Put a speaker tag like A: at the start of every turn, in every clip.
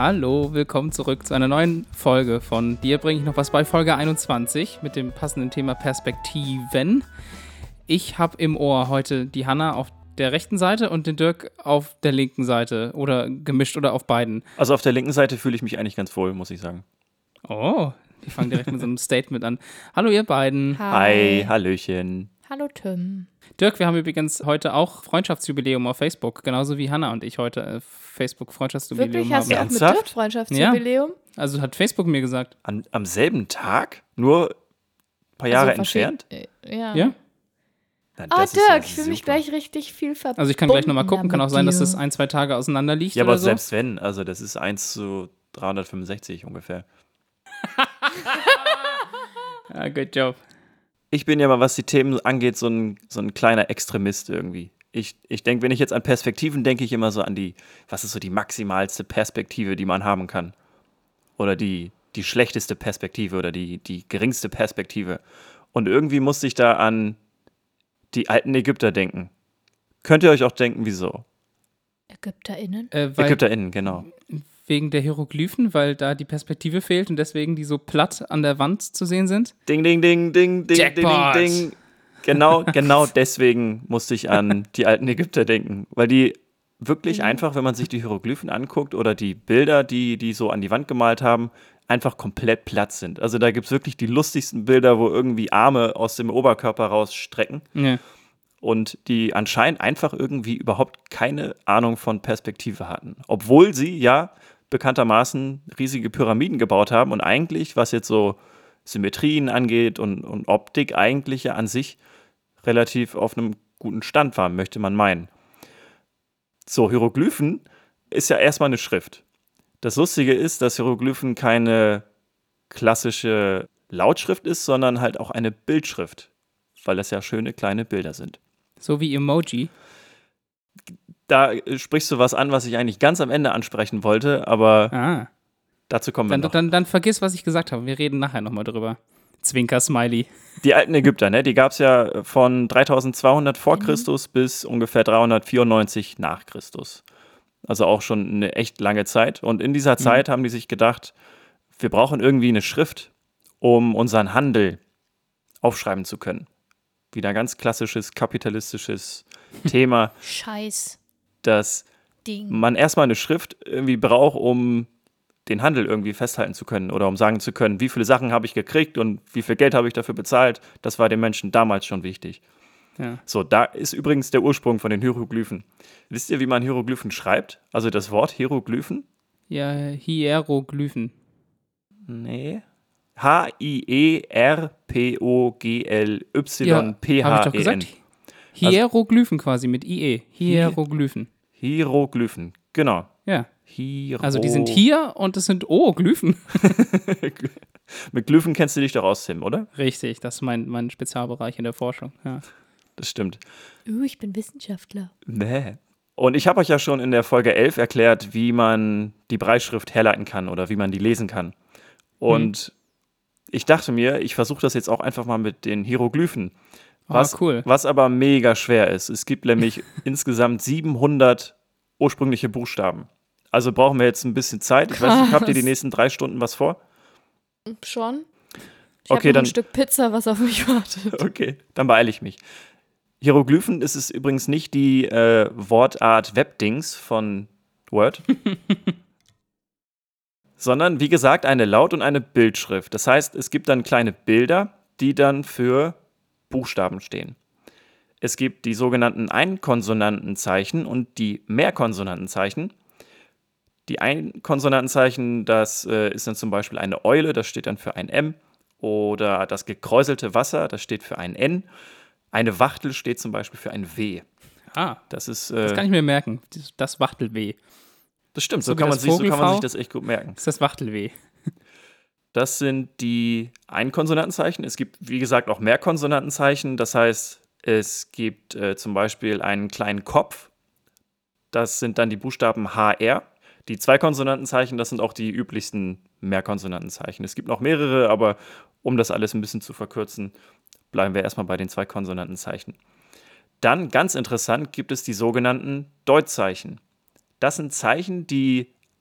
A: Hallo, willkommen zurück zu einer neuen Folge von Dir bringe ich noch was bei, Folge 21 mit dem passenden Thema Perspektiven. Ich habe im Ohr heute die Hanna auf der rechten Seite und den Dirk auf der linken Seite oder gemischt oder auf beiden.
B: Also auf der linken Seite fühle ich mich eigentlich ganz wohl, muss ich sagen.
A: Oh, die fangen direkt mit so einem Statement an. Hallo ihr beiden.
B: Hi, Hallöchen.
C: Hallo Tim.
A: Dirk, wir haben übrigens heute auch Freundschaftsjubiläum auf Facebook, genauso wie Hanna und ich heute Facebook-Freundschaftsjubiläum
C: Wirklich,
A: haben.
C: hast du auch mit
B: Ernsthaft?
C: Dirk Freundschaftsjubiläum?
A: Also hat Facebook mir gesagt.
B: Am selben Tag? Nur ein paar Jahre entfernt?
C: Ja.
A: Ja?
B: Na,
C: Ah,
B: das ist ja
C: Dirk, ich fühle mich
B: super.
C: gleich richtig viel verbunden.
A: Also ich kann gleich nochmal gucken, kann auch sein, dass
C: das
A: das 1-2 Tage auseinander liegt
B: Ja,
A: oder
B: aber
A: so.
B: selbst wenn, also das ist 1:365 ungefähr.
A: Ja, good job.
B: Ich bin ja mal, was die Themen angeht, so ein kleiner Extremist irgendwie. Ich denke, wenn ich jetzt an Perspektiven denke, ich immer so an was ist so die maximalste Perspektive, die man haben kann? Oder die schlechteste Perspektive oder die geringste Perspektive. Und irgendwie musste ich da an die alten Ägypter denken. Könnt ihr euch auch denken, wieso?
C: ÄgypterInnen?
A: Weil
B: ÄgypterInnen, genau.
A: wegen der Hieroglyphen, weil da die Perspektive fehlt und deswegen die so platt an der Wand zu sehen sind.
B: Ding, ding, ding, ding, ding,
A: Jackpot.
B: ding, ding. Genau deswegen musste ich an die alten Ägypter denken. Weil die wirklich einfach, wenn man sich die Hieroglyphen anguckt oder die Bilder, die so an die Wand gemalt haben, einfach komplett platt sind. Also da gibt es wirklich die lustigsten Bilder, wo irgendwie Arme aus dem Oberkörper rausstrecken.
A: Ja.
B: Und die anscheinend einfach irgendwie überhaupt keine Ahnung von Perspektive hatten. Obwohl sie ja bekanntermaßen riesige Pyramiden gebaut haben und eigentlich, was jetzt so Symmetrien angeht und Optik, eigentlich ja an sich relativ auf einem guten Stand waren, möchte man meinen. So, Hieroglyphen ist ja erstmal eine Schrift. Das Lustige ist, dass Hieroglyphen keine klassische Lautschrift ist, sondern halt auch eine Bildschrift, weil das ja schöne kleine Bilder sind.
A: So wie Emoji.
B: Da sprichst du was an, was ich eigentlich ganz am Ende ansprechen wollte, aber dazu kommen wir noch.
A: Dann vergiss, was ich gesagt habe. Wir reden nachher nochmal drüber. Zwinker-Smiley.
B: Die alten Ägypter, ne, die gab es ja von 3200 vor Christus bis ungefähr 394 nach Christus. Also auch schon eine echt lange Zeit. Und in dieser Zeit haben die sich gedacht, wir brauchen irgendwie eine Schrift, um unseren Handel aufschreiben zu können. Wieder ein ganz klassisches kapitalistisches Thema,
C: Scheiß
B: dass
C: Ding.
B: man erstmal eine Schrift irgendwie braucht, um den Handel irgendwie festhalten zu können oder um sagen zu können, wie viele Sachen habe ich gekriegt und wie viel Geld habe ich dafür bezahlt. Das war den Menschen damals schon wichtig.
A: Ja.
B: So, da ist übrigens der Ursprung von den Hieroglyphen. Wisst ihr, wie man Hieroglyphen schreibt? Also das Wort Hieroglyphen?
A: Ja, Hieroglyphen.
B: Nee. Hierpoglyphen.
A: Habe ich doch gesagt. Hieroglyphen quasi mit IE. Hieroglyphen.
B: Hieroglyphen, genau.
A: Ja. Also die sind hier und es sind Glyphen.
B: Mit Glyphen kennst du dich doch aus, Tim, oder?
A: Richtig, das ist mein Spezialbereich in der Forschung. Ja.
B: Das stimmt.
C: Ich bin Wissenschaftler.
B: Nee. Und ich habe euch ja schon in der Folge 11 erklärt, wie man die Brailleschrift herleiten kann oder wie man die lesen kann. Und ich dachte mir, ich versuche das jetzt auch einfach mal mit den Hieroglyphen.
A: Cool.
B: Was aber mega schwer ist. Es gibt nämlich insgesamt 700 ursprüngliche Buchstaben. Also brauchen wir jetzt ein bisschen Zeit. Ich weiß nicht, habt ihr die nächsten 3 Stunden was vor?
C: Schon? Ich
B: Okay,
C: habe
B: dann-
C: ein Stück Pizza, was auf mich wartet.
B: Okay, dann beeile ich mich. Hieroglyphen ist es übrigens nicht die Wortart Webdings von Word, sondern wie gesagt eine Laut- und eine Bildschrift. Das heißt, es gibt dann kleine Bilder, die dann für Buchstaben stehen. Es gibt die sogenannten Einkonsonantenzeichen und die Mehrkonsonantenzeichen. Die Einkonsonantenzeichen, das ist dann zum Beispiel eine Eule, das steht dann für ein M. Oder das gekräuselte Wasser, das steht für ein N. Eine Wachtel steht zum Beispiel für ein W. Das ist.
A: Das kann ich mir merken. Das Wachtelweh.
B: Das stimmt,
A: So
B: so
A: wie
B: kann man
A: das
B: sich
A: Vogelv.
B: das echt gut merken.
A: Das ist das Wachtelweh.
B: Das sind die Einkonsonantenzeichen. Es gibt, wie gesagt, auch Mehrkonsonantenzeichen. Das heißt, es gibt zum Beispiel einen kleinen Kopf. Das sind dann die Buchstaben HR. Die Zweikonsonantenzeichen, das sind auch die üblichsten Mehrkonsonantenzeichen. Es gibt noch mehrere, aber um das alles ein bisschen zu verkürzen, bleiben wir erstmal bei den Zweikonsonantenzeichen. Dann, ganz interessant, gibt es die sogenannten Deutzeichen. Das sind Zeichen, die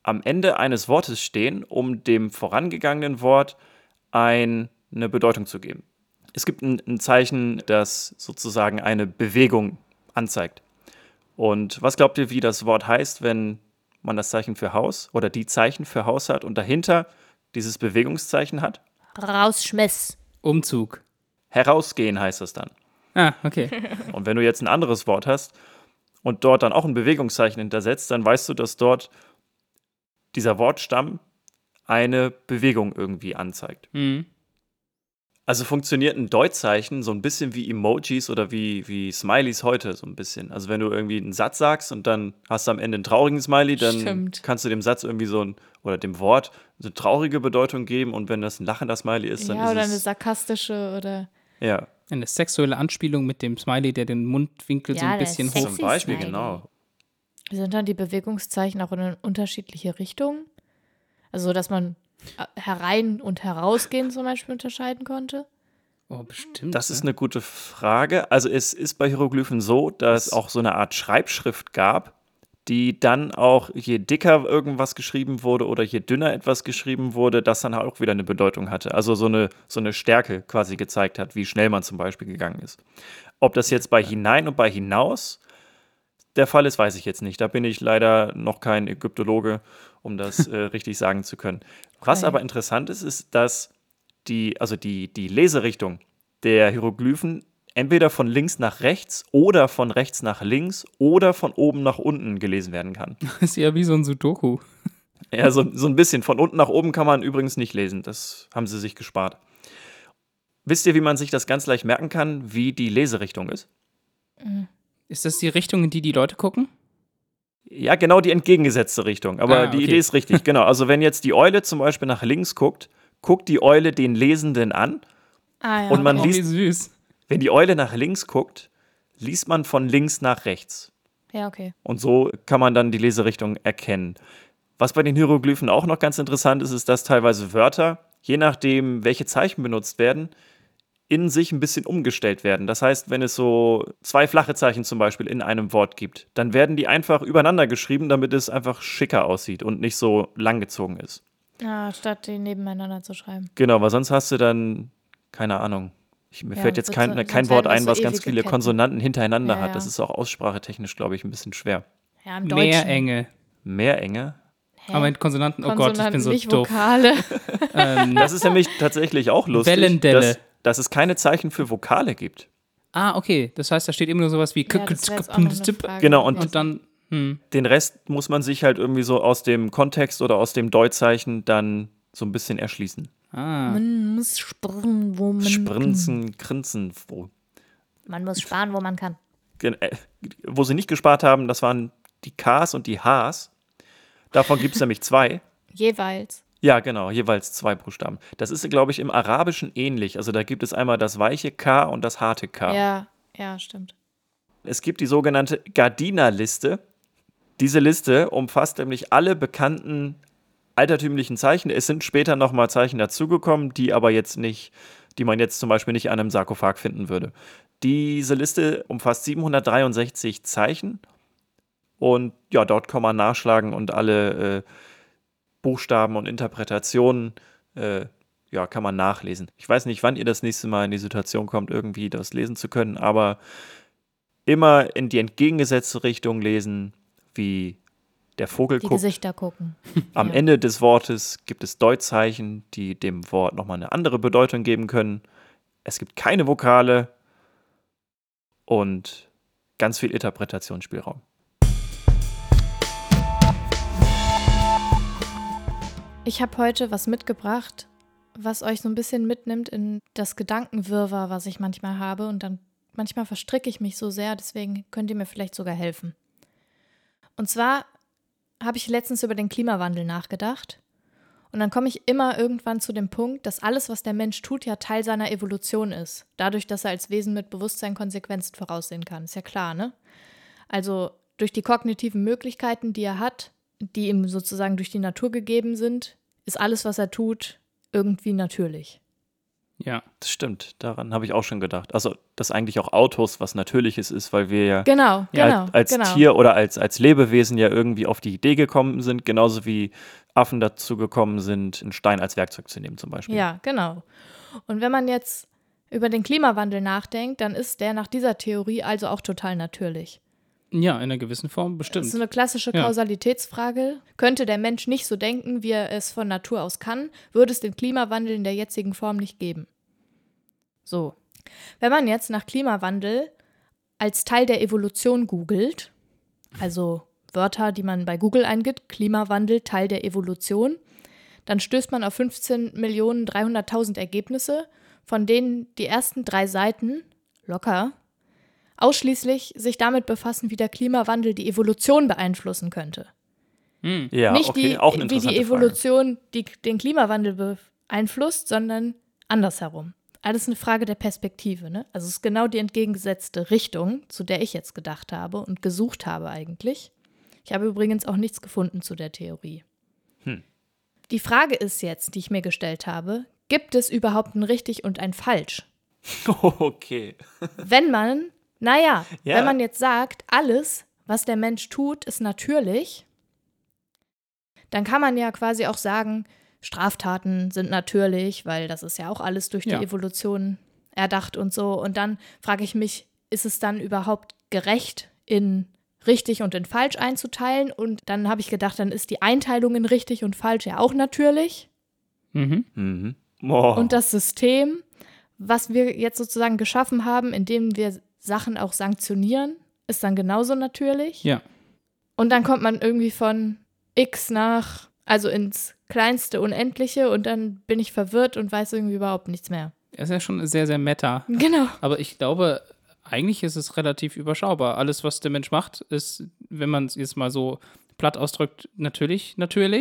B: am Ende eines Wortes stehen, um dem vorangegangenen Wort eine Bedeutung zu geben. Es gibt ein Zeichen, das sozusagen eine Bewegung anzeigt. Und was glaubt ihr, wie das Wort heißt, wenn man das Zeichen für Haus oder die Zeichen für Haus hat und dahinter dieses Bewegungszeichen hat?
C: Rausschmiss.
A: Umzug.
B: Herausgehen heißt das dann.
A: Ah, okay.
B: Und wenn du jetzt ein anderes Wort hast und dort dann auch ein Bewegungszeichen hintersetzt, dann weißt du, dass dort dieser Wortstamm eine Bewegung irgendwie anzeigt.
A: Mhm.
B: Also funktioniert ein Deutzeichen so ein bisschen wie Emojis oder wie Smileys heute so ein bisschen. Also wenn du irgendwie einen Satz sagst und dann hast du am Ende einen traurigen Smiley, dann
C: Stimmt.
B: kannst du dem Satz irgendwie oder dem Wort eine traurige Bedeutung geben und wenn das ein lachender Smiley ist, dann
C: Ja,
B: ist
C: oder
B: es
C: eine sarkastische oder.
B: ja,
A: Eine sexuelle Anspielung mit dem Smiley, der den Mundwinkel so
C: Ja,
A: ein
C: der
A: bisschen
C: ist
A: hoch.
C: sexy.
B: zum Beispiel,
C: Smiley.
B: genau.
C: Sind dann die Bewegungszeichen auch in unterschiedliche Richtungen? Also, dass man herein und herausgehen zum Beispiel unterscheiden konnte?
A: Oh, bestimmt.
B: Das ist
A: ne?
B: eine gute Frage. Also es ist bei Hieroglyphen so, dass es auch so eine Art Schreibschrift gab, die dann auch, je dicker irgendwas geschrieben wurde oder je dünner etwas geschrieben wurde, das dann auch wieder eine Bedeutung hatte. Also so eine Stärke quasi gezeigt hat, wie schnell man zum Beispiel gegangen ist. Ob das jetzt bei hinein und bei hinaus der Fall ist, weiß ich jetzt nicht. Da bin ich leider noch kein Ägyptologe, um das richtig sagen zu können. Was
C: Okay.
B: aber interessant ist, ist, dass die Leserichtung der Hieroglyphen entweder von links nach rechts oder von rechts nach links oder von oben nach unten gelesen werden kann.
A: Das ist ja wie so ein Sudoku.
B: Ja, so ein bisschen. Von unten nach oben kann man übrigens nicht lesen. Das haben sie sich gespart. Wisst ihr, wie man sich das ganz leicht merken kann, wie die Leserichtung ist?
A: Ist das die Richtung, in die die Leute gucken?
B: Ja, genau die entgegengesetzte Richtung. Aber die
A: okay.
B: Idee ist richtig, genau. Also wenn jetzt die Eule zum Beispiel nach links guckt, guckt die Eule den Lesenden an.
C: Ah ja.
B: Und man
A: Oh, wie
B: liest,
A: süß.
B: wenn die Eule nach links guckt, liest man von links nach rechts.
C: Ja, okay.
B: Und so kann man dann die Leserichtung erkennen. Was bei den Hieroglyphen auch noch ganz interessant ist, ist, dass teilweise Wörter, je nachdem, welche Zeichen benutzt werden, in sich ein bisschen umgestellt werden. Das heißt, wenn es so 2 flache Zeichen zum Beispiel in einem Wort gibt, dann werden die einfach übereinander geschrieben, damit es einfach schicker aussieht und nicht so langgezogen ist.
C: Statt die nebeneinander zu schreiben.
B: Genau, weil sonst hast du dann, keine Ahnung, mir
C: Ja,
B: fällt jetzt
C: wird
B: kein
C: sonst
B: Wort
C: werden das
B: ein,
C: so
B: was ganz
C: ewige
B: viele
C: Ketten.
B: Konsonanten hintereinander
C: Ja,
B: hat.
C: ja.
B: Das ist auch aussprachetechnisch, glaube ich, ein bisschen schwer.
C: Ja, im Deutschen.
A: Mehr Enge.
B: Mehrenge?
C: Hä?
A: Aber mit Konsonanten, oh Gott, ich bin
C: Konsonanten,
A: so
C: nicht
A: doof.
C: Vokale.
B: Das ist nämlich tatsächlich auch lustig,
A: Wellendelle.
B: dass es keine Zeichen für Vokale gibt.
A: Ah, okay. Das heißt, da steht immer nur sowas wie
C: Ja, das wäre jetzt auch noch eine Frage
B: Genau, und
C: gewesen.
A: dann,
B: Den Rest muss man sich halt irgendwie so aus dem Kontext oder aus dem Deutzeichen dann so ein bisschen erschließen.
C: Man muss springen, wo man
B: Sprinzen, grinsen,
C: Man muss sparen, wo man kann.
B: wo sie nicht gespart haben, das waren die Ks und die Hs. Davon gibt es nämlich 2.
C: Jeweils.
B: Ja, genau, jeweils 2 Buchstaben. Das ist, glaube ich, im Arabischen ähnlich. Also da gibt es einmal das weiche K und das harte K.
C: Ja, stimmt.
B: Es gibt die sogenannte Gardiner-Liste. Diese Liste umfasst nämlich alle bekannten altertümlichen Zeichen. Es sind später nochmal Zeichen dazugekommen, die man jetzt zum Beispiel nicht an einem Sarkophag finden würde. Diese Liste umfasst 763 Zeichen und ja, dort kann man nachschlagen und alle Buchstaben und Interpretationen kann man nachlesen. Ich weiß nicht, wann ihr das nächste Mal in die Situation kommt, irgendwie das lesen zu können, aber immer in die entgegengesetzte Richtung lesen, wie der Vogel
C: Die
B: guckt.
C: Gesichter gucken.
B: Am
C: Ja.
B: Ende des Wortes gibt es Deutzeichen, die dem Wort nochmal eine andere Bedeutung geben können. Es gibt keine Vokale und ganz viel Interpretationsspielraum.
C: Ich habe heute was mitgebracht, was euch so ein bisschen mitnimmt in das Gedankenwirrwarr, was ich manchmal habe. Und dann manchmal verstricke ich mich so sehr, deswegen könnt ihr mir vielleicht sogar helfen. Und zwar habe ich letztens über den Klimawandel nachgedacht. Und dann komme ich immer irgendwann zu dem Punkt, dass alles, was der Mensch tut, ja Teil seiner Evolution ist. Dadurch, dass er als Wesen mit Bewusstsein Konsequenzen voraussehen kann. Ist ja klar, ne? Also durch die kognitiven Möglichkeiten, die er hat, die ihm sozusagen durch die Natur gegeben sind, ist alles, was er tut, irgendwie natürlich.
A: Ja.
B: Das stimmt, daran habe ich auch schon gedacht. Also, dass eigentlich auch Autos was Natürliches ist, weil wir ja
C: Genau.
B: als Tier oder als Lebewesen ja irgendwie auf die Idee gekommen sind, genauso wie Affen dazu gekommen sind, einen Stein als Werkzeug zu nehmen zum Beispiel.
C: Ja, genau. Und wenn man jetzt über den Klimawandel nachdenkt, dann ist der nach dieser Theorie also auch total natürlich.
A: Ja, in einer gewissen Form
C: Das
A: bestimmt.
C: ist eine klassische
A: Ja.
C: Kausalitätsfrage. Könnte der Mensch nicht so denken, wie er es von Natur aus kann, würde es den Klimawandel in der jetzigen Form nicht geben. So. Wenn man jetzt nach Klimawandel als Teil der Evolution googelt, also Wörter, die man bei Google eingibt, Klimawandel, Teil der Evolution, dann stößt man auf 15.300.000 Ergebnisse, von denen die ersten 3 Seiten, locker, ausschließlich sich damit befassen, wie der Klimawandel die Evolution beeinflussen könnte.
B: Ja,
C: Nicht
B: okay, auch eine
C: wie
B: interessante
C: die Evolution den Klimawandel beeinflusst, sondern andersherum. Alles eine Frage der Perspektive, ne? Also es ist genau die entgegengesetzte Richtung, zu der ich jetzt gedacht habe und gesucht habe eigentlich. Ich habe übrigens auch nichts gefunden zu der Theorie. Die Frage ist jetzt, die ich mir gestellt habe, gibt es überhaupt ein richtig und ein falsch?
B: Frage. Okay.
C: Wenn man,
B: Ja.
C: wenn man jetzt sagt, alles, was der Mensch tut, ist natürlich, dann kann man ja quasi auch sagen, Straftaten sind natürlich, weil das ist ja auch alles durch die
A: Ja.
C: Evolution erdacht und so. Und dann frage ich mich, ist es dann überhaupt gerecht, in richtig und in falsch einzuteilen? Und dann habe ich gedacht, dann ist die Einteilung in richtig und falsch ja auch natürlich.
A: Mhm.
B: Mhm. Oh.
C: Und das System, was wir jetzt sozusagen geschaffen haben, indem wir Sachen auch sanktionieren, ist dann genauso natürlich.
A: Ja.
C: Und dann kommt man irgendwie von X also ins kleinste Unendliche und dann bin ich verwirrt und weiß irgendwie überhaupt nichts mehr.
A: Er ist ja schon sehr, sehr meta.
C: Genau.
A: Aber ich glaube, eigentlich ist es relativ überschaubar. Alles, was der Mensch macht, ist, wenn man es jetzt mal so platt ausdrückt, natürlich.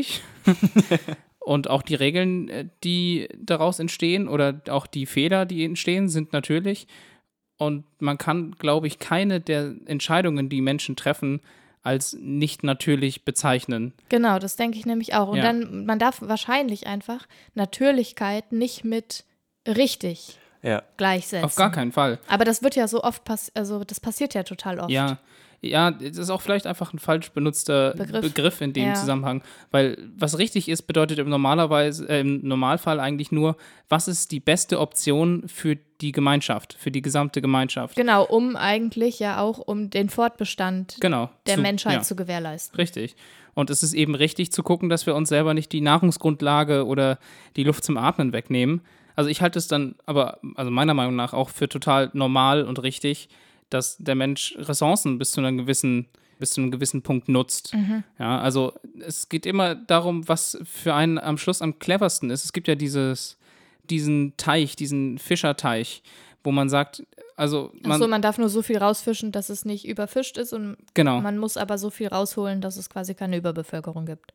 A: Und auch die Regeln, die daraus entstehen oder auch die Fehler, die entstehen, sind natürlich. Und man kann, glaube ich, keine der Entscheidungen, die Menschen treffen, als nicht natürlich bezeichnen.
C: Genau, das denke ich nämlich auch. Und
A: Ja.
C: dann, man darf wahrscheinlich einfach Natürlichkeit nicht mit richtig
B: Ja.
C: gleichsetzen.
A: Auf gar keinen Fall.
C: Aber das wird ja so oft also das passiert ja total oft.
A: Ja, das ist auch vielleicht einfach ein falsch benutzter Begriff in dem
C: Ja.
A: Zusammenhang, weil was richtig ist, bedeutet im Normalfall eigentlich nur, was ist die beste Option für die Gemeinschaft, für die gesamte Gemeinschaft.
C: Genau, um eigentlich ja auch um den Fortbestand
A: Genau.
C: der Menschheit
A: ja,
C: zu gewährleisten.
A: Richtig. Und es ist eben richtig zu gucken, dass wir uns selber nicht die Nahrungsgrundlage oder die Luft zum Atmen wegnehmen. Also ich halte es dann aber, also meiner Meinung nach auch für total normal und richtig, dass der Mensch Ressourcen bis zu einem gewissen Punkt nutzt. Ja, also es geht immer darum, was für einen am Schluss am cleversten ist. Es gibt ja diesen Teich, diesen Fischerteich, wo man sagt, also
C: Man darf nur so viel rausfischen, dass es nicht überfischt ist und
A: genau.
C: man muss aber so viel rausholen, dass es quasi keine Überbevölkerung gibt.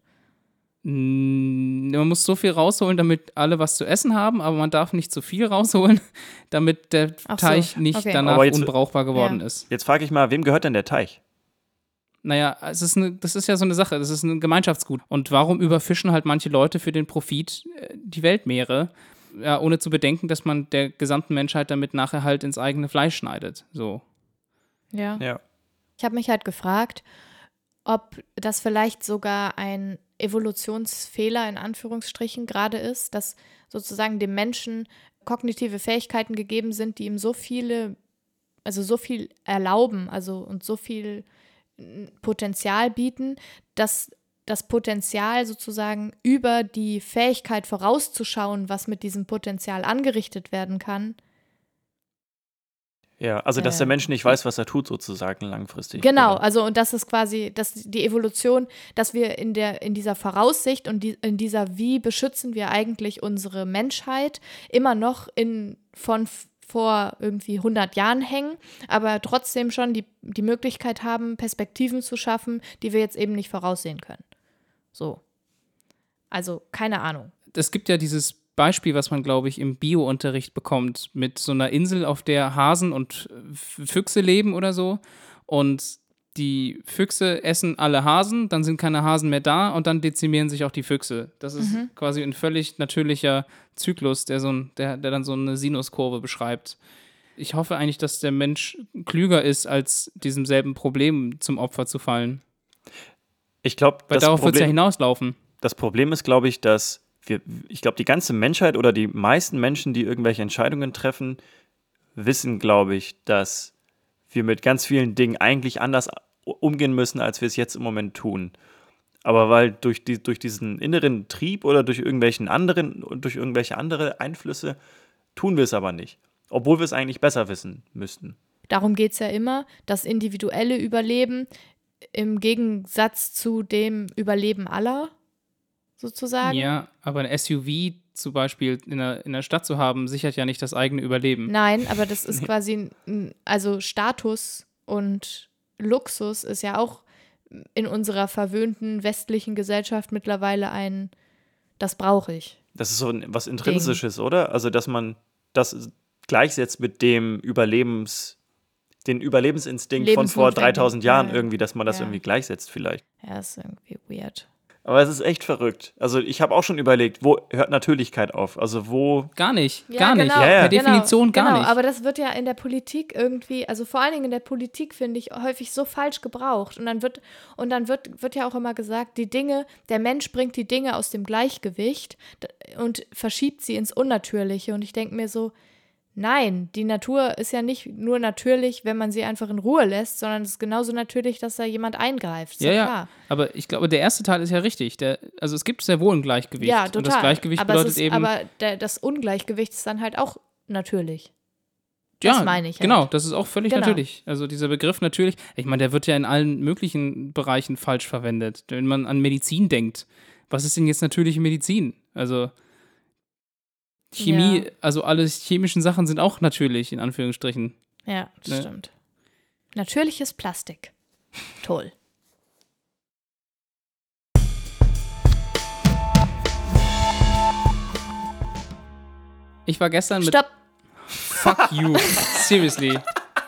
A: Man muss so viel rausholen, damit alle was zu essen haben, aber man darf nicht zu viel rausholen, damit der
C: Ach so,
A: Teich nicht
C: okay.
A: danach
B: Aber jetzt-
A: unbrauchbar geworden
C: Ja.
A: ist.
B: Jetzt frage ich mal, wem gehört denn der Teich?
A: Naja, das ist ja so eine Sache, das ist ein Gemeinschaftsgut. Und warum überfischen halt manche Leute für den Profit die Weltmeere, ja, ohne zu bedenken, dass man der gesamten Menschheit damit nachher halt ins eigene Fleisch schneidet. So.
C: Ja.
B: Ja.
C: Ich habe mich halt gefragt, ob das vielleicht sogar ein Evolutionsfehler in Anführungsstrichen gerade ist, dass sozusagen dem Menschen kognitive Fähigkeiten gegeben sind, die ihm so viel erlauben, und so viel Potenzial bieten, dass das Potenzial sozusagen über die Fähigkeit vorauszuschauen, was mit diesem Potenzial angerichtet werden kann.
B: Ja, also dass der Mensch nicht weiß, was er tut, sozusagen langfristig.
C: Genau,
B: Oder?
C: also und das ist quasi, dass die Evolution, dass wir in dieser Voraussicht und in dieser, wie beschützen wir eigentlich unsere Menschheit, immer noch von vor irgendwie 100 Jahren hängen, aber trotzdem schon die Möglichkeit haben, Perspektiven zu schaffen, die wir jetzt eben nicht voraussehen können. So. Also, keine Ahnung.
A: Es gibt ja dieses Beispiel, was man, glaube ich, im Bio-Unterricht bekommt, mit so einer Insel, auf der Hasen und Füchse leben oder so. Und die Füchse essen alle Hasen, dann sind keine Hasen mehr da und dann dezimieren sich auch die Füchse. Das ist quasi ein völlig natürlicher Zyklus, der dann so eine Sinuskurve beschreibt. Ich hoffe eigentlich, dass der Mensch klüger ist, als diesem selben Problem zum Opfer zu fallen.
B: Ich glaube,
A: Weil darauf wird es ja hinauslaufen.
B: Das Problem ist, glaube ich, dass die ganze Menschheit oder die meisten Menschen, die irgendwelche Entscheidungen treffen, wissen, glaube ich, dass wir mit ganz vielen Dingen eigentlich anders umgehen müssen, als wir es jetzt im Moment tun. Aber weil durch diesen inneren Trieb oder durch irgendwelche andere Einflüsse tun wir es aber nicht. Obwohl wir es eigentlich besser wissen müssten.
C: Darum geht es ja immer, das individuelle Überleben im Gegensatz zu dem Überleben aller, sozusagen.
A: Ja, aber ein SUV zum Beispiel in der Stadt zu haben, sichert ja nicht das eigene Überleben.
C: Nein, aber das ist quasi, also Status und Luxus ist ja auch in unserer verwöhnten westlichen Gesellschaft mittlerweile das brauche ich.
B: Das ist so was Intrinsisches, oder? Also, dass man das gleichsetzt mit dem den Überlebensinstinkt von vor 3000 Jahren irgendwie, dass man das irgendwie gleichsetzt vielleicht.
C: Ja, ist irgendwie weird.
B: Aber es ist echt verrückt. Also ich habe auch schon überlegt, wo hört Natürlichkeit auf? Also wo...
A: Gar nicht,
C: ja,
A: gar nicht.
C: Genau,
A: Per Definition gar nicht.
C: Aber das wird ja in der Politik irgendwie, also vor allen Dingen in der Politik, finde ich, häufig so falsch gebraucht. Und dann wird ja auch immer gesagt, der Mensch bringt die Dinge aus dem Gleichgewicht und verschiebt sie ins Unnatürliche. Und ich denke mir so, nein, die Natur ist ja nicht nur natürlich, wenn man sie einfach in Ruhe lässt, sondern es ist genauso natürlich, dass da jemand eingreift. Ist ja, klar.
A: Aber ich glaube, der erste Teil ist ja richtig. Also es gibt sehr wohl ein Gleichgewicht.
C: Ja, total.
A: Und das Gleichgewicht bedeutet eben...
C: Aber das Ungleichgewicht ist dann halt auch natürlich. Das meine ich halt.
A: Genau, das ist auch völlig natürlich. Also dieser Begriff natürlich, ich meine, der wird ja in allen möglichen Bereichen falsch verwendet. Wenn man an Medizin denkt, was ist denn jetzt natürliche Medizin? Also... Chemie, also alle chemischen Sachen sind auch natürlich, in Anführungsstrichen.
C: Ja, das stimmt. Natürliches Plastik. Toll.
A: Ich war gestern mit...
C: Stopp!
A: Fuck you. Seriously.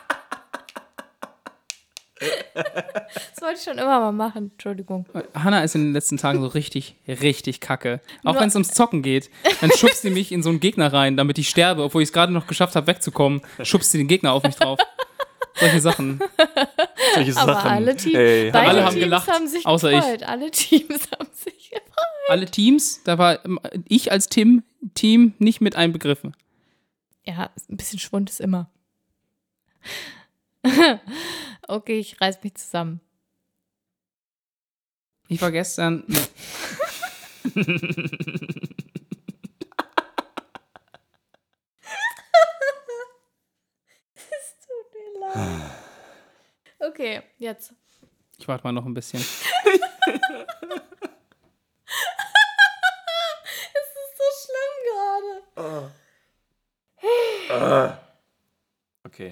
C: Das wollte ich schon immer mal machen, Entschuldigung.
A: Hannah ist in den letzten Tagen so richtig, richtig kacke. Auch wenn es ums Zocken geht, dann schubst sie mich in so einen Gegner rein, damit ich sterbe, obwohl ich es gerade noch geschafft habe, wegzukommen. Schubst sie den Gegner auf mich drauf. Solche Sachen.
C: Aber alle Teams,
A: alle haben gelacht,
C: haben sich
A: außer
C: gefreut.
A: ich.
C: Alle Teams haben sich gefreut.
A: Alle Teams, da war ich als Team nicht mit einbegriffen.
C: Ja, ein bisschen Schwund ist immer. Okay, ich reiß mich zusammen.
A: Ich war gestern...
C: Es tut mir leid. Okay, jetzt.
A: Ich warte mal noch ein bisschen.
C: Es ist so schlimm gerade.
B: Okay.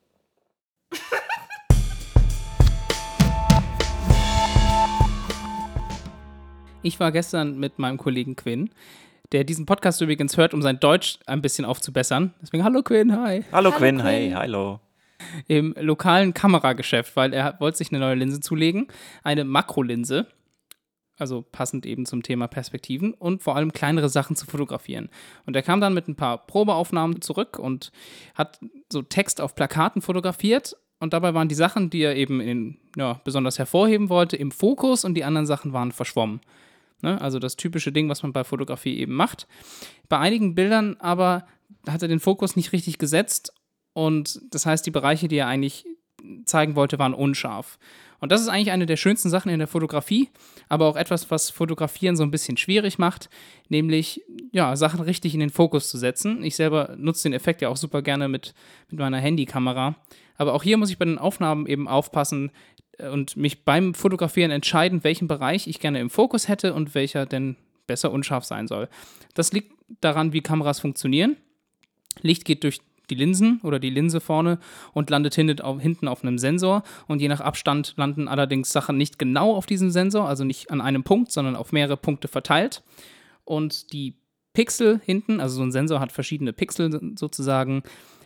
A: Ich war gestern mit meinem Kollegen Quinn, der diesen Podcast übrigens hört, um sein Deutsch ein bisschen aufzubessern. Deswegen, hallo Quinn, hi.
B: Hallo Quinn, hi, hallo.
A: Im lokalen Kamerageschäft, weil er wollte sich eine neue Linse zulegen, eine Makrolinse, also passend eben zum Thema Perspektiven und vor allem kleinere Sachen zu fotografieren. Und er kam dann mit ein paar Probeaufnahmen zurück und hat so Text auf Plakaten fotografiert. Und dabei waren die Sachen, die er eben besonders hervorheben wollte, im Fokus und die anderen Sachen waren verschwommen. Ne? Also das typische Ding, was man bei Fotografie eben macht. Bei einigen Bildern aber hat er den Fokus nicht richtig gesetzt und das heißt, die Bereiche, die er eigentlich zeigen wollte, waren unscharf. Und das ist eigentlich eine der schönsten Sachen in der Fotografie, aber auch etwas, was Fotografieren so ein bisschen schwierig macht, nämlich Sachen richtig in den Fokus zu setzen. Ich selber nutze den Effekt ja auch super gerne mit meiner Handykamera. Aber auch hier muss ich bei den Aufnahmen eben aufpassen und mich beim Fotografieren entscheiden, welchen Bereich ich gerne im Fokus hätte und welcher denn besser unscharf sein soll. Das liegt daran, wie Kameras funktionieren. Licht geht durch die Linsen oder die Linse vorne und landet hinten auf einem Sensor. Und je nach Abstand landen allerdings Sachen nicht genau auf diesem Sensor, also nicht an einem Punkt, sondern auf mehrere Punkte verteilt. Und die Pixel hinten, also so ein Sensor hat verschiedene Pixel sozusagen,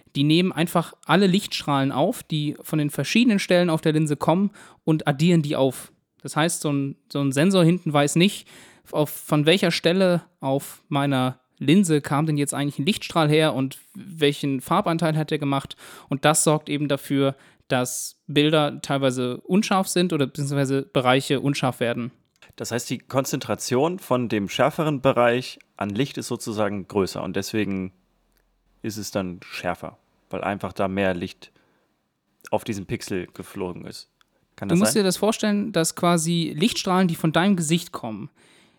A: Die nehmen einfach alle Lichtstrahlen auf, die von den verschiedenen Stellen auf der Linse kommen und addieren die auf. Das heißt, so ein Sensor hinten weiß nicht, von welcher Stelle auf meiner Linse kam denn jetzt eigentlich ein Lichtstrahl her und welchen Farbanteil hat er gemacht. Und das sorgt eben dafür, dass Bilder teilweise unscharf sind oder beziehungsweise Bereiche unscharf werden.
B: Das heißt, die Konzentration von dem schärferen Bereich an Licht ist sozusagen größer und deswegen ist es dann schärfer, weil einfach da mehr Licht auf diesen Pixel geflogen ist. Kann
A: Du
B: das
A: musst
B: sein?
A: dir das vorstellen, dass quasi Lichtstrahlen, die von deinem Gesicht kommen,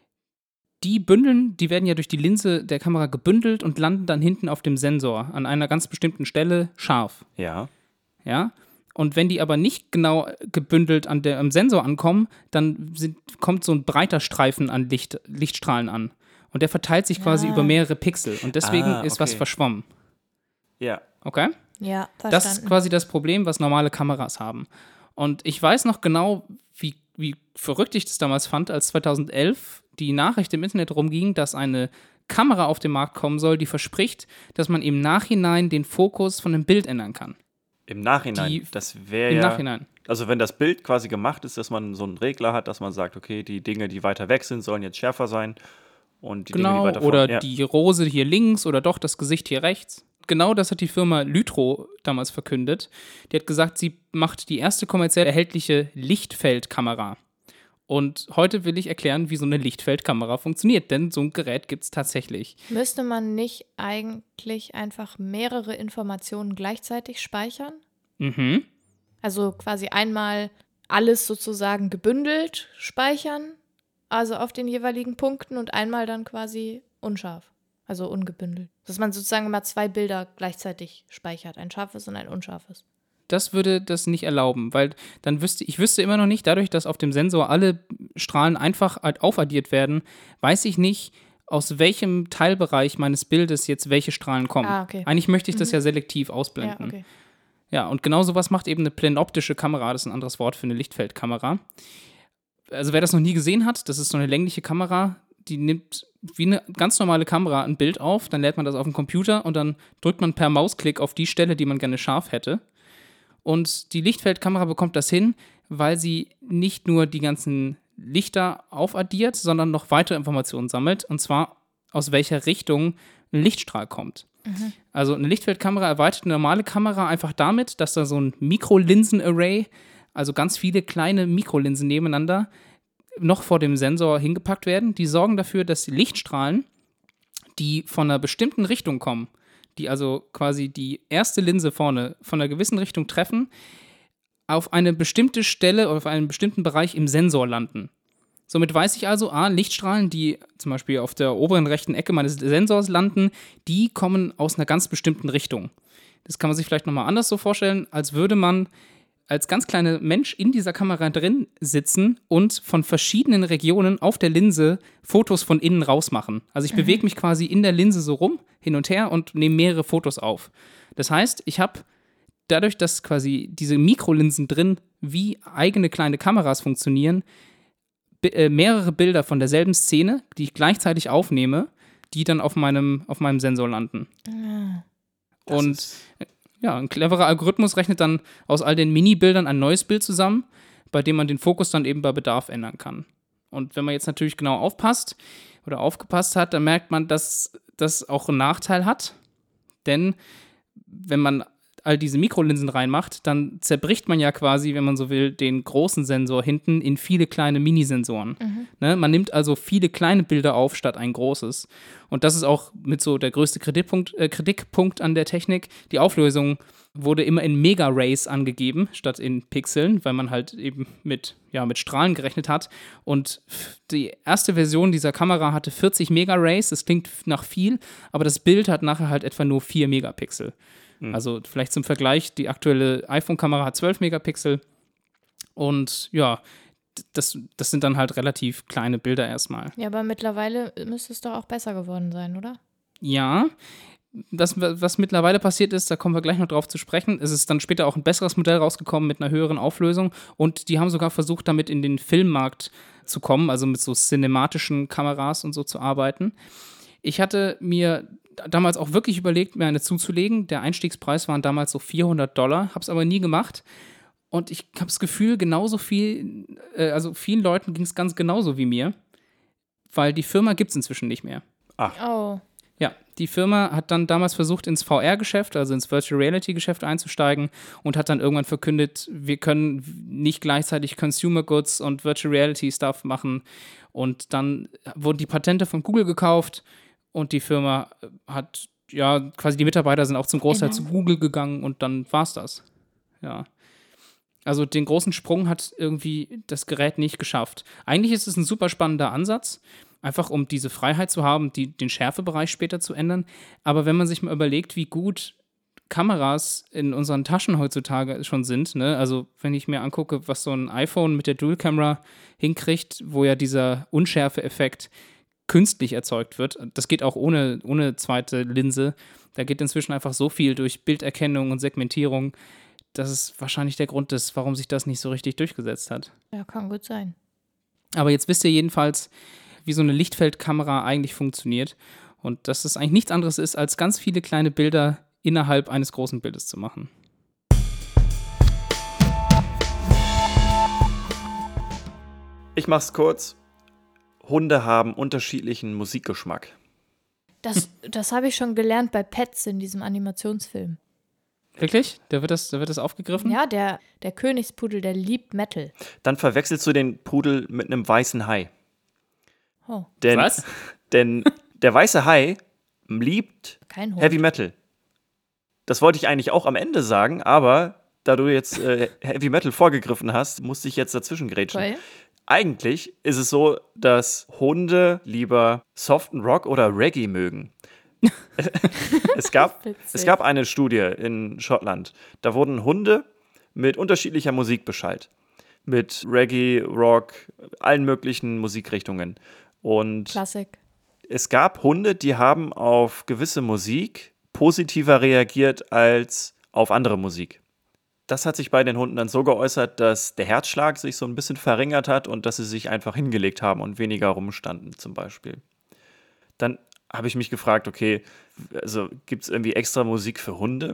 A: die werden ja durch die Linse der Kamera gebündelt und landen dann hinten auf dem Sensor an einer ganz bestimmten Stelle scharf.
B: Ja.
A: Ja? Und wenn die aber nicht genau gebündelt am Sensor ankommen, dann kommt so ein breiter Streifen an Lichtstrahlen an. Und der verteilt sich quasi über mehrere Pixel. Und deswegen ist was
B: okay.
A: verschwommen.
B: Ja.
A: Okay?
C: Ja, verstanden.
A: Das ist quasi das Problem, was normale Kameras haben. Und ich weiß noch genau, wie verrückt ich das damals fand, als 2011 die Nachricht im Internet rumging, dass eine Kamera auf den Markt kommen soll, die verspricht, dass man im Nachhinein den Fokus von einem Bild ändern kann.
B: Im Nachhinein, das wäre
A: Im
B: ja...
A: Nachhinein.
B: Also wenn das Bild quasi gemacht ist, dass man so einen Regler hat, dass man sagt, okay, die Dinge, die weiter weg sind, sollen jetzt schärfer sein und die Dinge, die weiter
A: oder
B: vorne...
A: die Rose hier links oder doch das Gesicht hier rechts. Genau das hat die Firma Lytro damals verkündet. Die hat gesagt, sie macht die erste kommerziell erhältliche Lichtfeldkamera. Und heute will ich erklären, wie so eine Lichtfeldkamera funktioniert, denn so ein Gerät gibt es tatsächlich.
C: Müsste man nicht eigentlich einfach mehrere Informationen gleichzeitig speichern?
A: Mhm.
C: Also quasi einmal alles sozusagen gebündelt speichern, also auf den jeweiligen Punkten und einmal dann quasi unscharf, also ungebündelt. Dass man sozusagen immer 2 Bilder gleichzeitig speichert, ein scharfes und ein unscharfes.
A: Das würde das nicht erlauben, weil dann wüsste immer noch nicht, dadurch, dass auf dem Sensor alle Strahlen einfach halt aufaddiert werden, weiß ich nicht, aus welchem Teilbereich meines Bildes jetzt welche Strahlen kommen.
C: Okay.
A: Eigentlich möchte ich das ja selektiv ausblenden.
C: Ja, okay.
A: Ja, und genau sowas macht eben eine plenoptische Kamera, das ist ein anderes Wort für eine Lichtfeldkamera. Also wer das noch nie gesehen hat, das ist so eine längliche Kamera, die nimmt wie eine ganz normale Kamera ein Bild auf, dann lädt man das auf den Computer und dann drückt man per Mausklick auf die Stelle, die man gerne scharf hätte. Und die Lichtfeldkamera bekommt das hin, weil sie nicht nur die ganzen Lichter aufaddiert, sondern noch weitere Informationen sammelt, und zwar aus welcher Richtung ein Lichtstrahl kommt. Also eine Lichtfeldkamera erweitert eine normale Kamera einfach damit, dass da so ein Mikrolinsen-Array, also ganz viele kleine Mikrolinsen nebeneinander, noch vor dem Sensor hingepackt werden. Die sorgen dafür, dass die Lichtstrahlen, die von einer bestimmten Richtung kommen, die also quasi die erste Linse vorne von einer gewissen Richtung treffen, auf eine bestimmte Stelle oder auf einen bestimmten Bereich im Sensor landen. Somit weiß ich also, Lichtstrahlen, die zum Beispiel auf der oberen rechten Ecke meines Sensors landen, die kommen aus einer ganz bestimmten Richtung. Das kann man sich vielleicht nochmal anders so vorstellen, als würde man als ganz kleiner Mensch in dieser Kamera drin sitzen und von verschiedenen Regionen auf der Linse Fotos von innen raus machen. Also ich bewege mich quasi in der Linse so rum, hin und her und nehme mehrere Fotos auf. Das heißt, ich habe dadurch, dass quasi diese Mikrolinsen drin wie eigene kleine Kameras funktionieren, mehrere Bilder von derselben Szene, die ich gleichzeitig aufnehme, die dann auf meinem Sensor landen. Und ja, ein cleverer Algorithmus rechnet dann aus all den Mini-Bildern ein neues Bild zusammen, bei dem man den Fokus dann eben bei Bedarf ändern kann. Und wenn man jetzt natürlich genau aufpasst oder aufgepasst hat, dann merkt man, dass das auch einen Nachteil hat. Denn wenn man all diese Mikrolinsen reinmacht, dann zerbricht man ja quasi, wenn man so will, den großen Sensor hinten in viele kleine Minisensoren. Ne? Man nimmt also viele kleine Bilder auf, statt ein großes. Und das ist auch mit so der größte Kritikpunkt an der Technik. Die Auflösung wurde immer in Mega-Rays angegeben, statt in Pixeln, weil man halt eben mit Strahlen gerechnet hat. Und die erste Version dieser Kamera hatte 40 Mega-Rays, das klingt nach viel, aber das Bild hat nachher halt etwa nur 4 Megapixel. Also vielleicht zum Vergleich, die aktuelle iPhone-Kamera hat 12 Megapixel und ja, das sind dann halt relativ kleine Bilder erstmal.
C: Ja, aber mittlerweile müsste es doch auch besser geworden sein, oder?
A: Ja, das, was mittlerweile passiert ist, da kommen wir gleich noch drauf zu sprechen. Es ist dann später auch ein besseres Modell rausgekommen mit einer höheren Auflösung und die haben sogar versucht, damit in den Filmmarkt zu kommen, also mit so cinematischen Kameras und so zu arbeiten. Ich hatte mir damals auch wirklich überlegt, mir eine zuzulegen. Der Einstiegspreis waren damals so $400, habe es aber nie gemacht. Und ich habe das Gefühl, also vielen Leuten ging es ganz genauso wie mir, weil die Firma gibt es inzwischen nicht mehr.
C: Oh.
A: Ja, die Firma hat dann damals versucht, ins VR-Geschäft, also ins Virtual Reality-Geschäft einzusteigen und hat dann irgendwann verkündet, wir können nicht gleichzeitig Consumer Goods und Virtual Reality-Stuff machen. Und dann wurden die Patente von Google gekauft und die Firma hat, ja, quasi die Mitarbeiter sind auch zum Großteil zu Google gegangen und dann war's das. Ja. Also den großen Sprung hat irgendwie das Gerät nicht geschafft. Eigentlich ist es ein super spannender Ansatz, einfach um diese Freiheit zu haben, den Schärfebereich später zu ändern. Aber wenn man sich mal überlegt, wie gut Kameras in unseren Taschen heutzutage schon sind, ne? Also wenn ich mir angucke, was so ein iPhone mit der Dual-Camera hinkriegt, wo ja dieser Unschärfe-Effekt künstlich erzeugt wird, das geht auch ohne zweite Linse, da geht inzwischen einfach so viel durch Bilderkennung und Segmentierung, dass es wahrscheinlich der Grund ist, warum sich das nicht so richtig durchgesetzt hat.
C: Ja, kann gut sein.
A: Aber jetzt wisst ihr jedenfalls, wie so eine Lichtfeldkamera eigentlich funktioniert und dass es eigentlich nichts anderes ist, als ganz viele kleine Bilder innerhalb eines großen Bildes zu machen.
B: Ich mach's kurz. Hunde haben unterschiedlichen Musikgeschmack.
C: Das habe ich schon gelernt bei Pets in diesem Animationsfilm.
A: Wirklich? Da wird das aufgegriffen?
C: Ja, der Königspudel, der liebt Metal.
B: Dann verwechselst du den Pudel mit einem weißen Hai.
C: Oh.
A: Was?
B: Denn der weiße Hai liebt
C: Kein Hund.
B: Heavy Metal. Das wollte ich eigentlich auch am Ende sagen, aber da du jetzt Heavy Metal vorgegriffen hast, musste ich jetzt dazwischen grätschen.
C: Toll.
B: Eigentlich ist es so, dass Hunde lieber soften Rock oder Reggae mögen. Es gab eine Studie in Schottland. Da wurden Hunde mit unterschiedlicher Musik beschallt. Mit Reggae, Rock, allen möglichen Musikrichtungen. Und
C: Klassik.
B: es gab Hunde, die haben auf gewisse Musik positiver reagiert als auf andere Musik. Das hat sich bei den Hunden dann so geäußert, dass der Herzschlag sich so ein bisschen verringert hat und dass sie sich einfach hingelegt haben und weniger rumstanden zum Beispiel. Dann habe ich mich gefragt, okay, also gibt es irgendwie extra Musik für Hunde?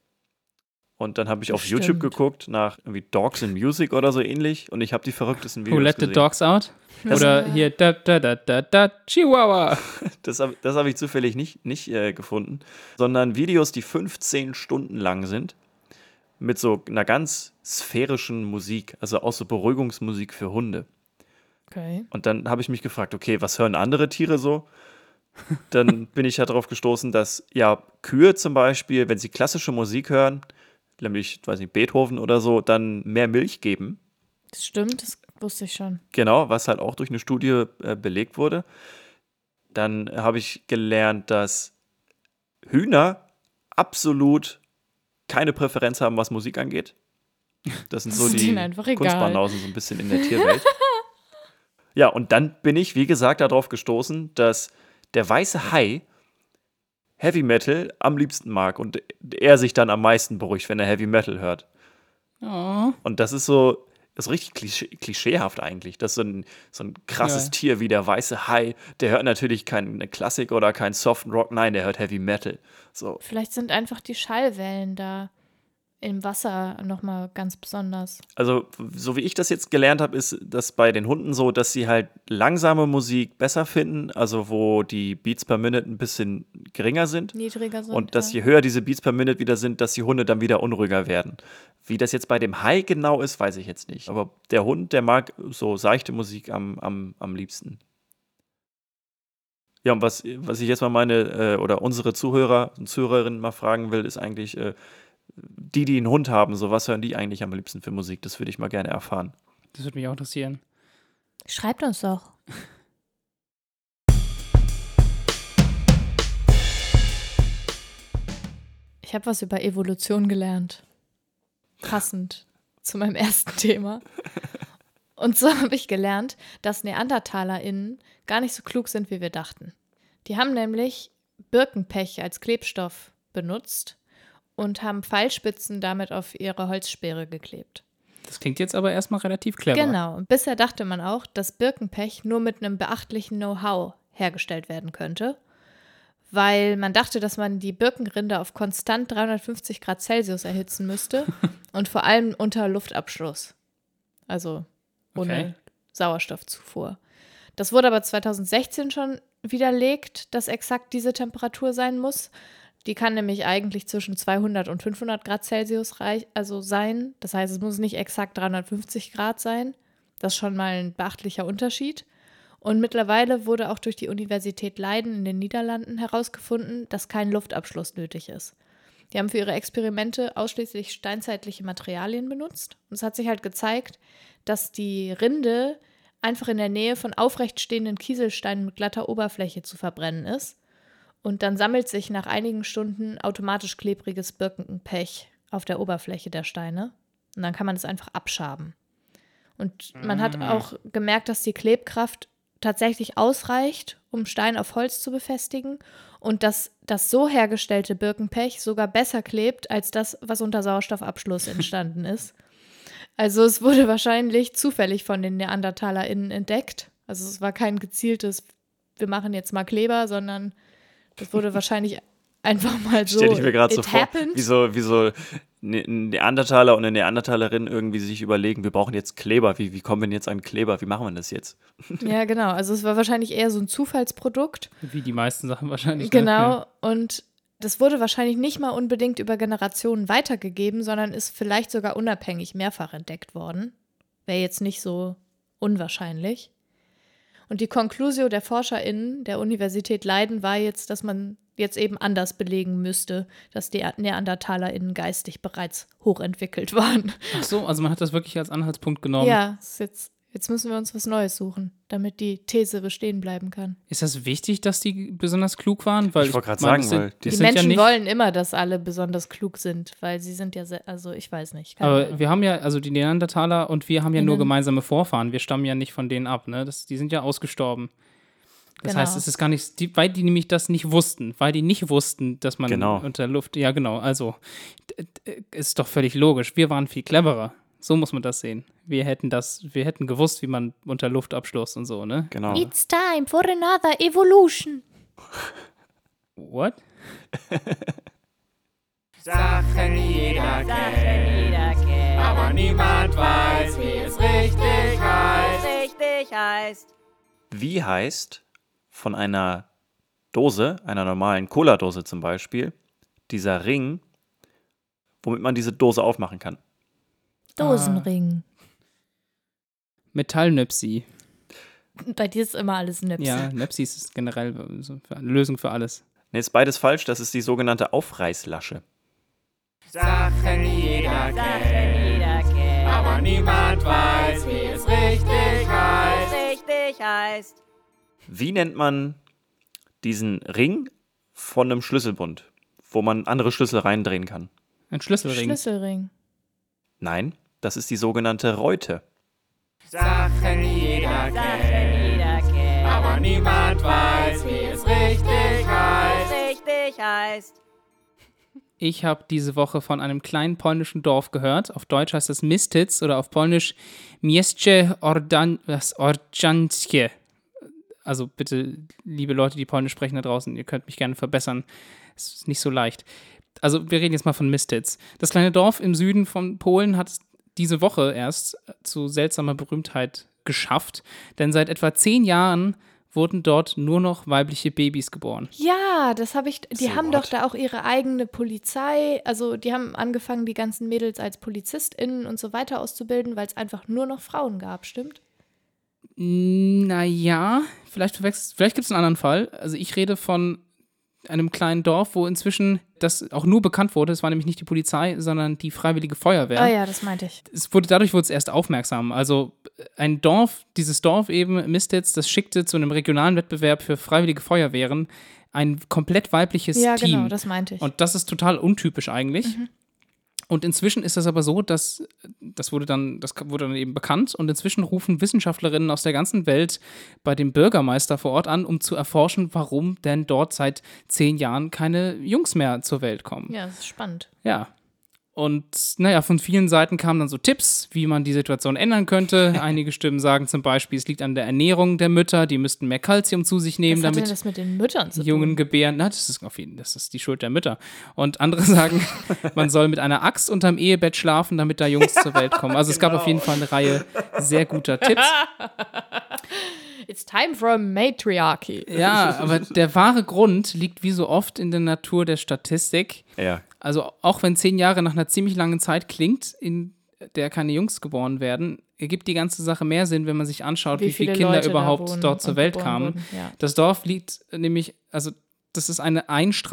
B: Und dann habe ich auf
C: Bestimmt.
B: YouTube geguckt nach irgendwie Dogs in Music oder so ähnlich und ich habe die verrücktesten Videos
A: Who let
B: gesehen.
A: the dogs out? Oder hier da, Chihuahua.
B: Das hab ich zufällig nicht gefunden, sondern Videos, die 15 Stunden lang sind, mit so einer ganz sphärischen Musik, also auch so Beruhigungsmusik für Hunde.
C: Okay.
B: Und dann habe ich mich gefragt, okay, was hören andere Tiere so? Dann bin ich ja darauf gestoßen, dass ja Kühe zum Beispiel, wenn sie klassische Musik hören, nämlich, weiß nicht, Beethoven oder so, dann mehr Milch geben.
C: Das stimmt, das wusste ich schon.
B: Genau, was halt auch durch eine Studie belegt wurde. Dann habe ich gelernt, dass Hühner absolut keine Präferenz haben, was Musik angeht. Das sind so
C: Das ist
B: die
C: denen einfach egal.
B: Kunstbanausen so ein bisschen in der Tierwelt. Ja, und dann bin ich, wie gesagt, darauf gestoßen, dass der weiße Hai Heavy Metal am liebsten mag und er sich dann am meisten beruhigt, wenn er Heavy Metal hört.
A: Oh.
B: Und das ist so, das ist richtig klischeehaft eigentlich. Das ist so ein krasses
A: Ja.
B: Tier wie der weiße Hai. Der hört natürlich keine Klassik oder keinen soften Rock, nein, der hört Heavy Metal. So.
C: Vielleicht sind einfach die Schallwellen da im Wasser nochmal ganz besonders.
B: Also, so wie ich das jetzt gelernt habe, ist das bei den Hunden so, dass sie halt langsame Musik besser finden, also wo die Beats per Minute ein bisschen geringer sind.
C: Niedriger sind.
B: Und dass
C: ja.
B: je höher diese Beats per Minute wieder sind, dass die Hunde dann wieder unruhiger werden. Wie das jetzt bei dem Hai genau ist, weiß ich jetzt nicht. Aber der Hund, der mag so seichte Musik am liebsten. Ja, und was ich jetzt mal meine oder unsere Zuhörer und Zuhörerinnen mal fragen will, ist eigentlich, die einen Hund haben, so was hören die eigentlich am liebsten für Musik? Das würde ich mal gerne erfahren.
A: Das würde mich auch interessieren.
C: Schreibt uns doch. Ich habe was über Evolution gelernt. Passend zu meinem ersten Thema. Und so habe ich gelernt, dass NeandertalerInnen gar nicht so klug sind, wie wir dachten. Die haben nämlich Birkenpech als Klebstoff benutzt und haben Pfeilspitzen damit auf ihre Holzspeere geklebt.
A: Das klingt jetzt aber erstmal relativ clever.
C: Genau. Und bisher dachte man auch, dass Birkenpech nur mit einem beachtlichen Know-how hergestellt werden könnte, weil man dachte, dass man die Birkenrinde auf konstant 350 Grad Celsius erhitzen müsste und vor allem unter Luftabschluss, also ohne Sauerstoffzufuhr. Das wurde aber 2016 schon widerlegt, dass exakt diese Temperatur sein muss. Die kann nämlich eigentlich zwischen 200 und 500 Grad Celsius sein. Das heißt, es muss nicht exakt 350 Grad sein. Das ist schon mal ein beachtlicher Unterschied. Und mittlerweile wurde auch durch die Universität Leiden in den Niederlanden herausgefunden, dass kein Luftabschluss nötig ist. Die haben für ihre Experimente ausschließlich steinzeitliche Materialien benutzt. Und es hat sich halt gezeigt, dass die Rinde einfach in der Nähe von aufrecht stehenden Kieselsteinen mit glatter Oberfläche zu verbrennen ist. Und dann sammelt sich nach einigen Stunden automatisch klebriges Birkenpech auf der Oberfläche der Steine. Und dann kann man es einfach abschaben. Und man hat auch gemerkt, dass die Klebkraft tatsächlich ausreicht, um Stein auf Holz zu befestigen und dass das so hergestellte Birkenpech sogar besser klebt als das, was unter Sauerstoffabschluss entstanden ist. Also es wurde wahrscheinlich zufällig von den NeandertalerInnen entdeckt. Also es war kein gezieltes, wir machen jetzt mal Kleber, sondern das wurde wahrscheinlich einfach mal so.
B: Stell ich mir gerade so vor, wie so ein Neandertaler und eine Neandertalerin irgendwie sich überlegen, wir brauchen jetzt Kleber, wie kommen wir denn jetzt an Kleber, wie machen wir das jetzt?
C: Ja, genau, also es war wahrscheinlich eher so ein Zufallsprodukt.
A: Wie die meisten Sachen wahrscheinlich.
C: Genau,
A: Ne?
C: und das wurde wahrscheinlich nicht mal unbedingt über Generationen weitergegeben, sondern ist vielleicht sogar unabhängig mehrfach entdeckt worden. Wäre jetzt nicht so unwahrscheinlich. Und die Conclusio der ForscherInnen der Universität Leiden war jetzt, dass man jetzt eben anders belegen müsste, dass die NeandertalerInnen geistig bereits hochentwickelt waren.
A: Ach so, also man hat das wirklich als Anhaltspunkt genommen.
C: Ja, jetzt müssen wir uns was Neues suchen, damit die These bestehen bleiben kann.
A: Ist das wichtig, dass die besonders klug waren? Weil
B: ich wollte gerade sagen, weil
C: die Menschen wollen immer, dass alle besonders klug sind, weil sie sind ja, also ich weiß nicht.
A: Aber wir haben ja, also die Neandertaler und wir haben ja nur gemeinsame Vorfahren. Wir stammen ja nicht von denen ab, ne? Die sind ja ausgestorben. Das heißt, es ist gar nicht, weil die nämlich das nicht wussten, dass man unter Luft, ja genau, also ist doch völlig logisch. Wir waren viel cleverer. So muss man das sehen. Wir hätten gewusst, wie man unter Luftabschluss und so, ne?
B: Genau.
C: It's time for another evolution.
A: What?
D: Sachen jeder kennt, aber niemand weiß, wie es richtig heißt.
B: Wie heißt von einer Dose, einer normalen Cola-Dose zum Beispiel, dieser Ring, womit man diese Dose aufmachen kann?
C: Dosenring.
A: Metallnöpsi.
C: Bei dir ist immer alles Nöpsi.
A: Ja, Nöpsi ist generell so eine Lösung für alles.
B: Ne, ist beides falsch, das ist die sogenannte Aufreißlasche.
D: Sachen jeder kennt, aber niemand weiß, wie es richtig heißt.
B: Wie nennt man diesen Ring von einem Schlüsselbund, wo man andere Schlüssel reindrehen kann?
A: Ein Schlüsselring.
C: Schlüsselring.
B: Nein, das ist die sogenannte Räute.
D: Sachen jeder kennt, aber niemand weiß, wie es richtig heißt.
A: Ich habe diese Woche von einem kleinen polnischen Dorf gehört. Auf Deutsch heißt es Mistitz oder auf Polnisch Mieszcze Orjańskie. Also bitte, liebe Leute, die Polnisch sprechen da draußen, ihr könnt mich gerne verbessern. Es ist nicht so leicht. Also wir reden jetzt mal von Mistitz. Das kleine Dorf im Süden von Polen hat es diese Woche erst zu seltsamer Berühmtheit geschafft. Denn seit etwa 10 Jahren wurden dort nur noch weibliche Babys geboren.
C: Ja, das habe ich. Die
B: So
C: haben
B: what?
C: doch da auch ihre eigene Polizei. Also die haben angefangen, die ganzen Mädels als PolizistInnen und so weiter auszubilden, weil es einfach nur noch Frauen gab, stimmt?
A: Naja, vielleicht gibt es einen anderen Fall. Also ich rede von einem kleinen Dorf, wo inzwischen das auch nur bekannt wurde. Es war nämlich nicht die Polizei, sondern die Freiwillige Feuerwehr.
C: Ah ja, das meinte ich.
A: Dadurch wurde es erst aufmerksam. Also dieses Dorf eben, Mistitz, das schickte zu einem regionalen Wettbewerb für Freiwillige Feuerwehren ein komplett weibliches Team.
C: Ja, genau, das meinte ich.
A: Und das ist total untypisch eigentlich. Und inzwischen ist das aber so, dass das wurde dann eben bekannt und inzwischen rufen Wissenschaftlerinnen aus der ganzen Welt bei dem Bürgermeister vor Ort an, um zu erforschen, warum denn dort seit 10 Jahren keine Jungs mehr zur Welt kommen.
C: Ja, das ist spannend.
A: Ja. Und naja, von vielen Seiten kamen dann so Tipps, wie man die Situation ändern könnte. Einige Stimmen sagen zum Beispiel, es liegt an der Ernährung der Mütter, die müssten mehr Kalzium zu sich nehmen,
C: Was hat denn
A: damit
C: das mit den Müttern zu
A: Jungen
C: tun?
A: gebären. Na, das ist die Schuld der Mütter. Und andere sagen, man soll mit einer Axt unterm Ehebett schlafen, damit da Jungs zur Welt kommen. Also es gab auf jeden Fall eine Reihe sehr guter Tipps.
C: It's time for a matriarchy.
A: Ja, aber der wahre Grund liegt wie so oft in der Natur der Statistik.
B: Ja.
A: Also auch wenn 10 Jahre nach einer ziemlich langen Zeit klingt, in der keine Jungs geboren werden, ergibt die ganze Sache mehr Sinn, wenn man sich anschaut, wie viele Kinder
C: Leute da
A: überhaupt
C: wohnen
A: dort zur
C: und
A: Welt
C: geboren
A: kamen.
C: wurden, ja.
A: Das Dorf liegt nämlich, also das ist eine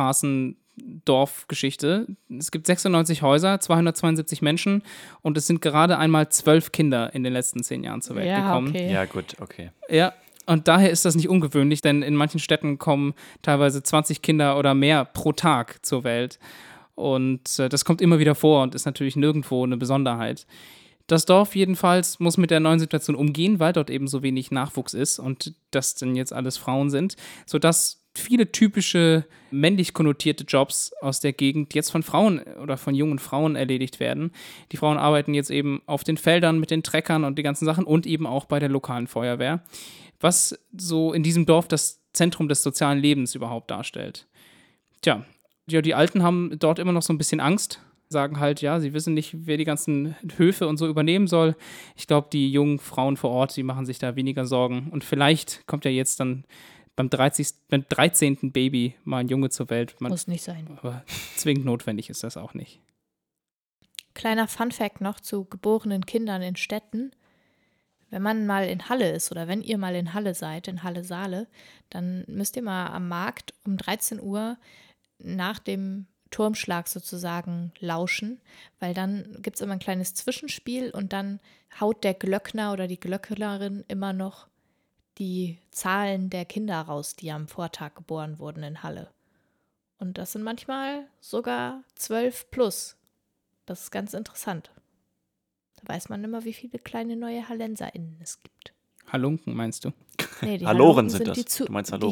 A: Einstraßendorfgeschichte. Es gibt 96 Häuser, 272 Menschen und es sind gerade einmal 12 Kinder in den letzten 10 Jahren zur Welt
C: Ja,
A: gekommen.
C: okay.
B: Ja, gut, okay.
A: Ja, und daher ist das nicht ungewöhnlich, denn in manchen Städten kommen teilweise 20 Kinder oder mehr pro Tag zur Welt. Und das kommt immer wieder vor und ist natürlich nirgendwo eine Besonderheit. Das Dorf jedenfalls muss mit der neuen Situation umgehen, weil dort eben so wenig Nachwuchs ist und das dann jetzt alles Frauen sind, sodass viele typische männlich konnotierte Jobs aus der Gegend jetzt von Frauen oder von jungen Frauen erledigt werden. Die Frauen arbeiten jetzt eben auf den Feldern mit den Treckern und die ganzen Sachen und eben auch bei der lokalen Feuerwehr, was so in diesem Dorf das Zentrum des sozialen Lebens überhaupt darstellt. Tja, ja, die Alten haben dort immer noch so ein bisschen Angst, sagen halt, ja, sie wissen nicht, wer die ganzen Höfe und so übernehmen soll. Ich glaube, die jungen Frauen vor Ort, die machen sich da weniger Sorgen. Und vielleicht kommt ja jetzt dann beim 13. Baby mal ein Junge zur Welt.
C: Muss nicht sein.
A: Aber zwingend notwendig ist das auch nicht.
C: Kleiner Funfact noch zu geborenen Kindern in Städten. Wenn man mal in Halle ist oder wenn ihr mal in Halle seid, in Halle-Saale, dann müsst ihr mal am Markt um 13 Uhr nach dem Turmschlag sozusagen lauschen, weil dann gibt es immer ein kleines Zwischenspiel und dann haut der Glöckner oder die Glöcknerin immer noch die Zahlen der Kinder raus, die am Vortag geboren wurden in Halle. Und das sind manchmal sogar 12 plus. Das ist ganz interessant. Da weiß man immer, wie viele kleine neue HallenserInnen es gibt.
A: Halunken, meinst du?
C: Nee, die
B: Halloren
C: Halunken
B: sind das.
C: die
B: Du meinst Halloren.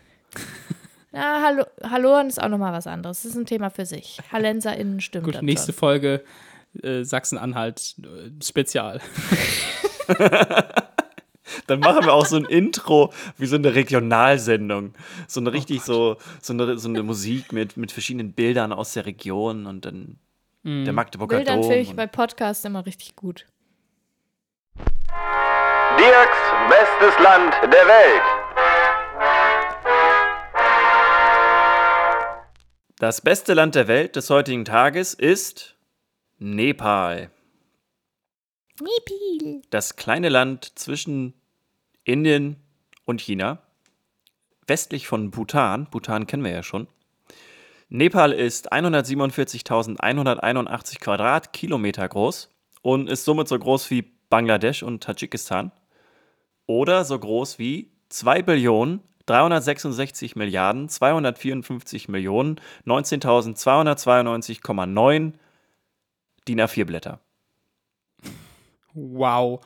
C: Halloren ist auch nochmal was anderes. Das ist ein Thema für sich. HallenserInnen stimmt
A: Gut,
C: dann
A: nächste
C: schon.
A: Folge Sachsen-Anhalt Spezial.
B: Dann machen wir auch so ein Intro wie so eine Regionalsendung. So eine richtig so eine Musik mit verschiedenen Bildern aus der Region und dann der Magdeburger
C: Bildern
B: Dom.
C: finde ich bei Podcasts immer richtig gut.
E: Dirks bestes Land der Welt.
B: Das beste Land der Welt des heutigen Tages ist Nepal.
C: Nepal.
B: Das kleine Land zwischen Indien und China, westlich von Bhutan. Bhutan kennen wir ja schon. Nepal ist 147.181 Quadratkilometer groß und ist somit so groß wie Bangladesch und Tadschikistan oder so groß wie 2.366.254.019.292,9 DIN A4 Blätter.
A: Wow.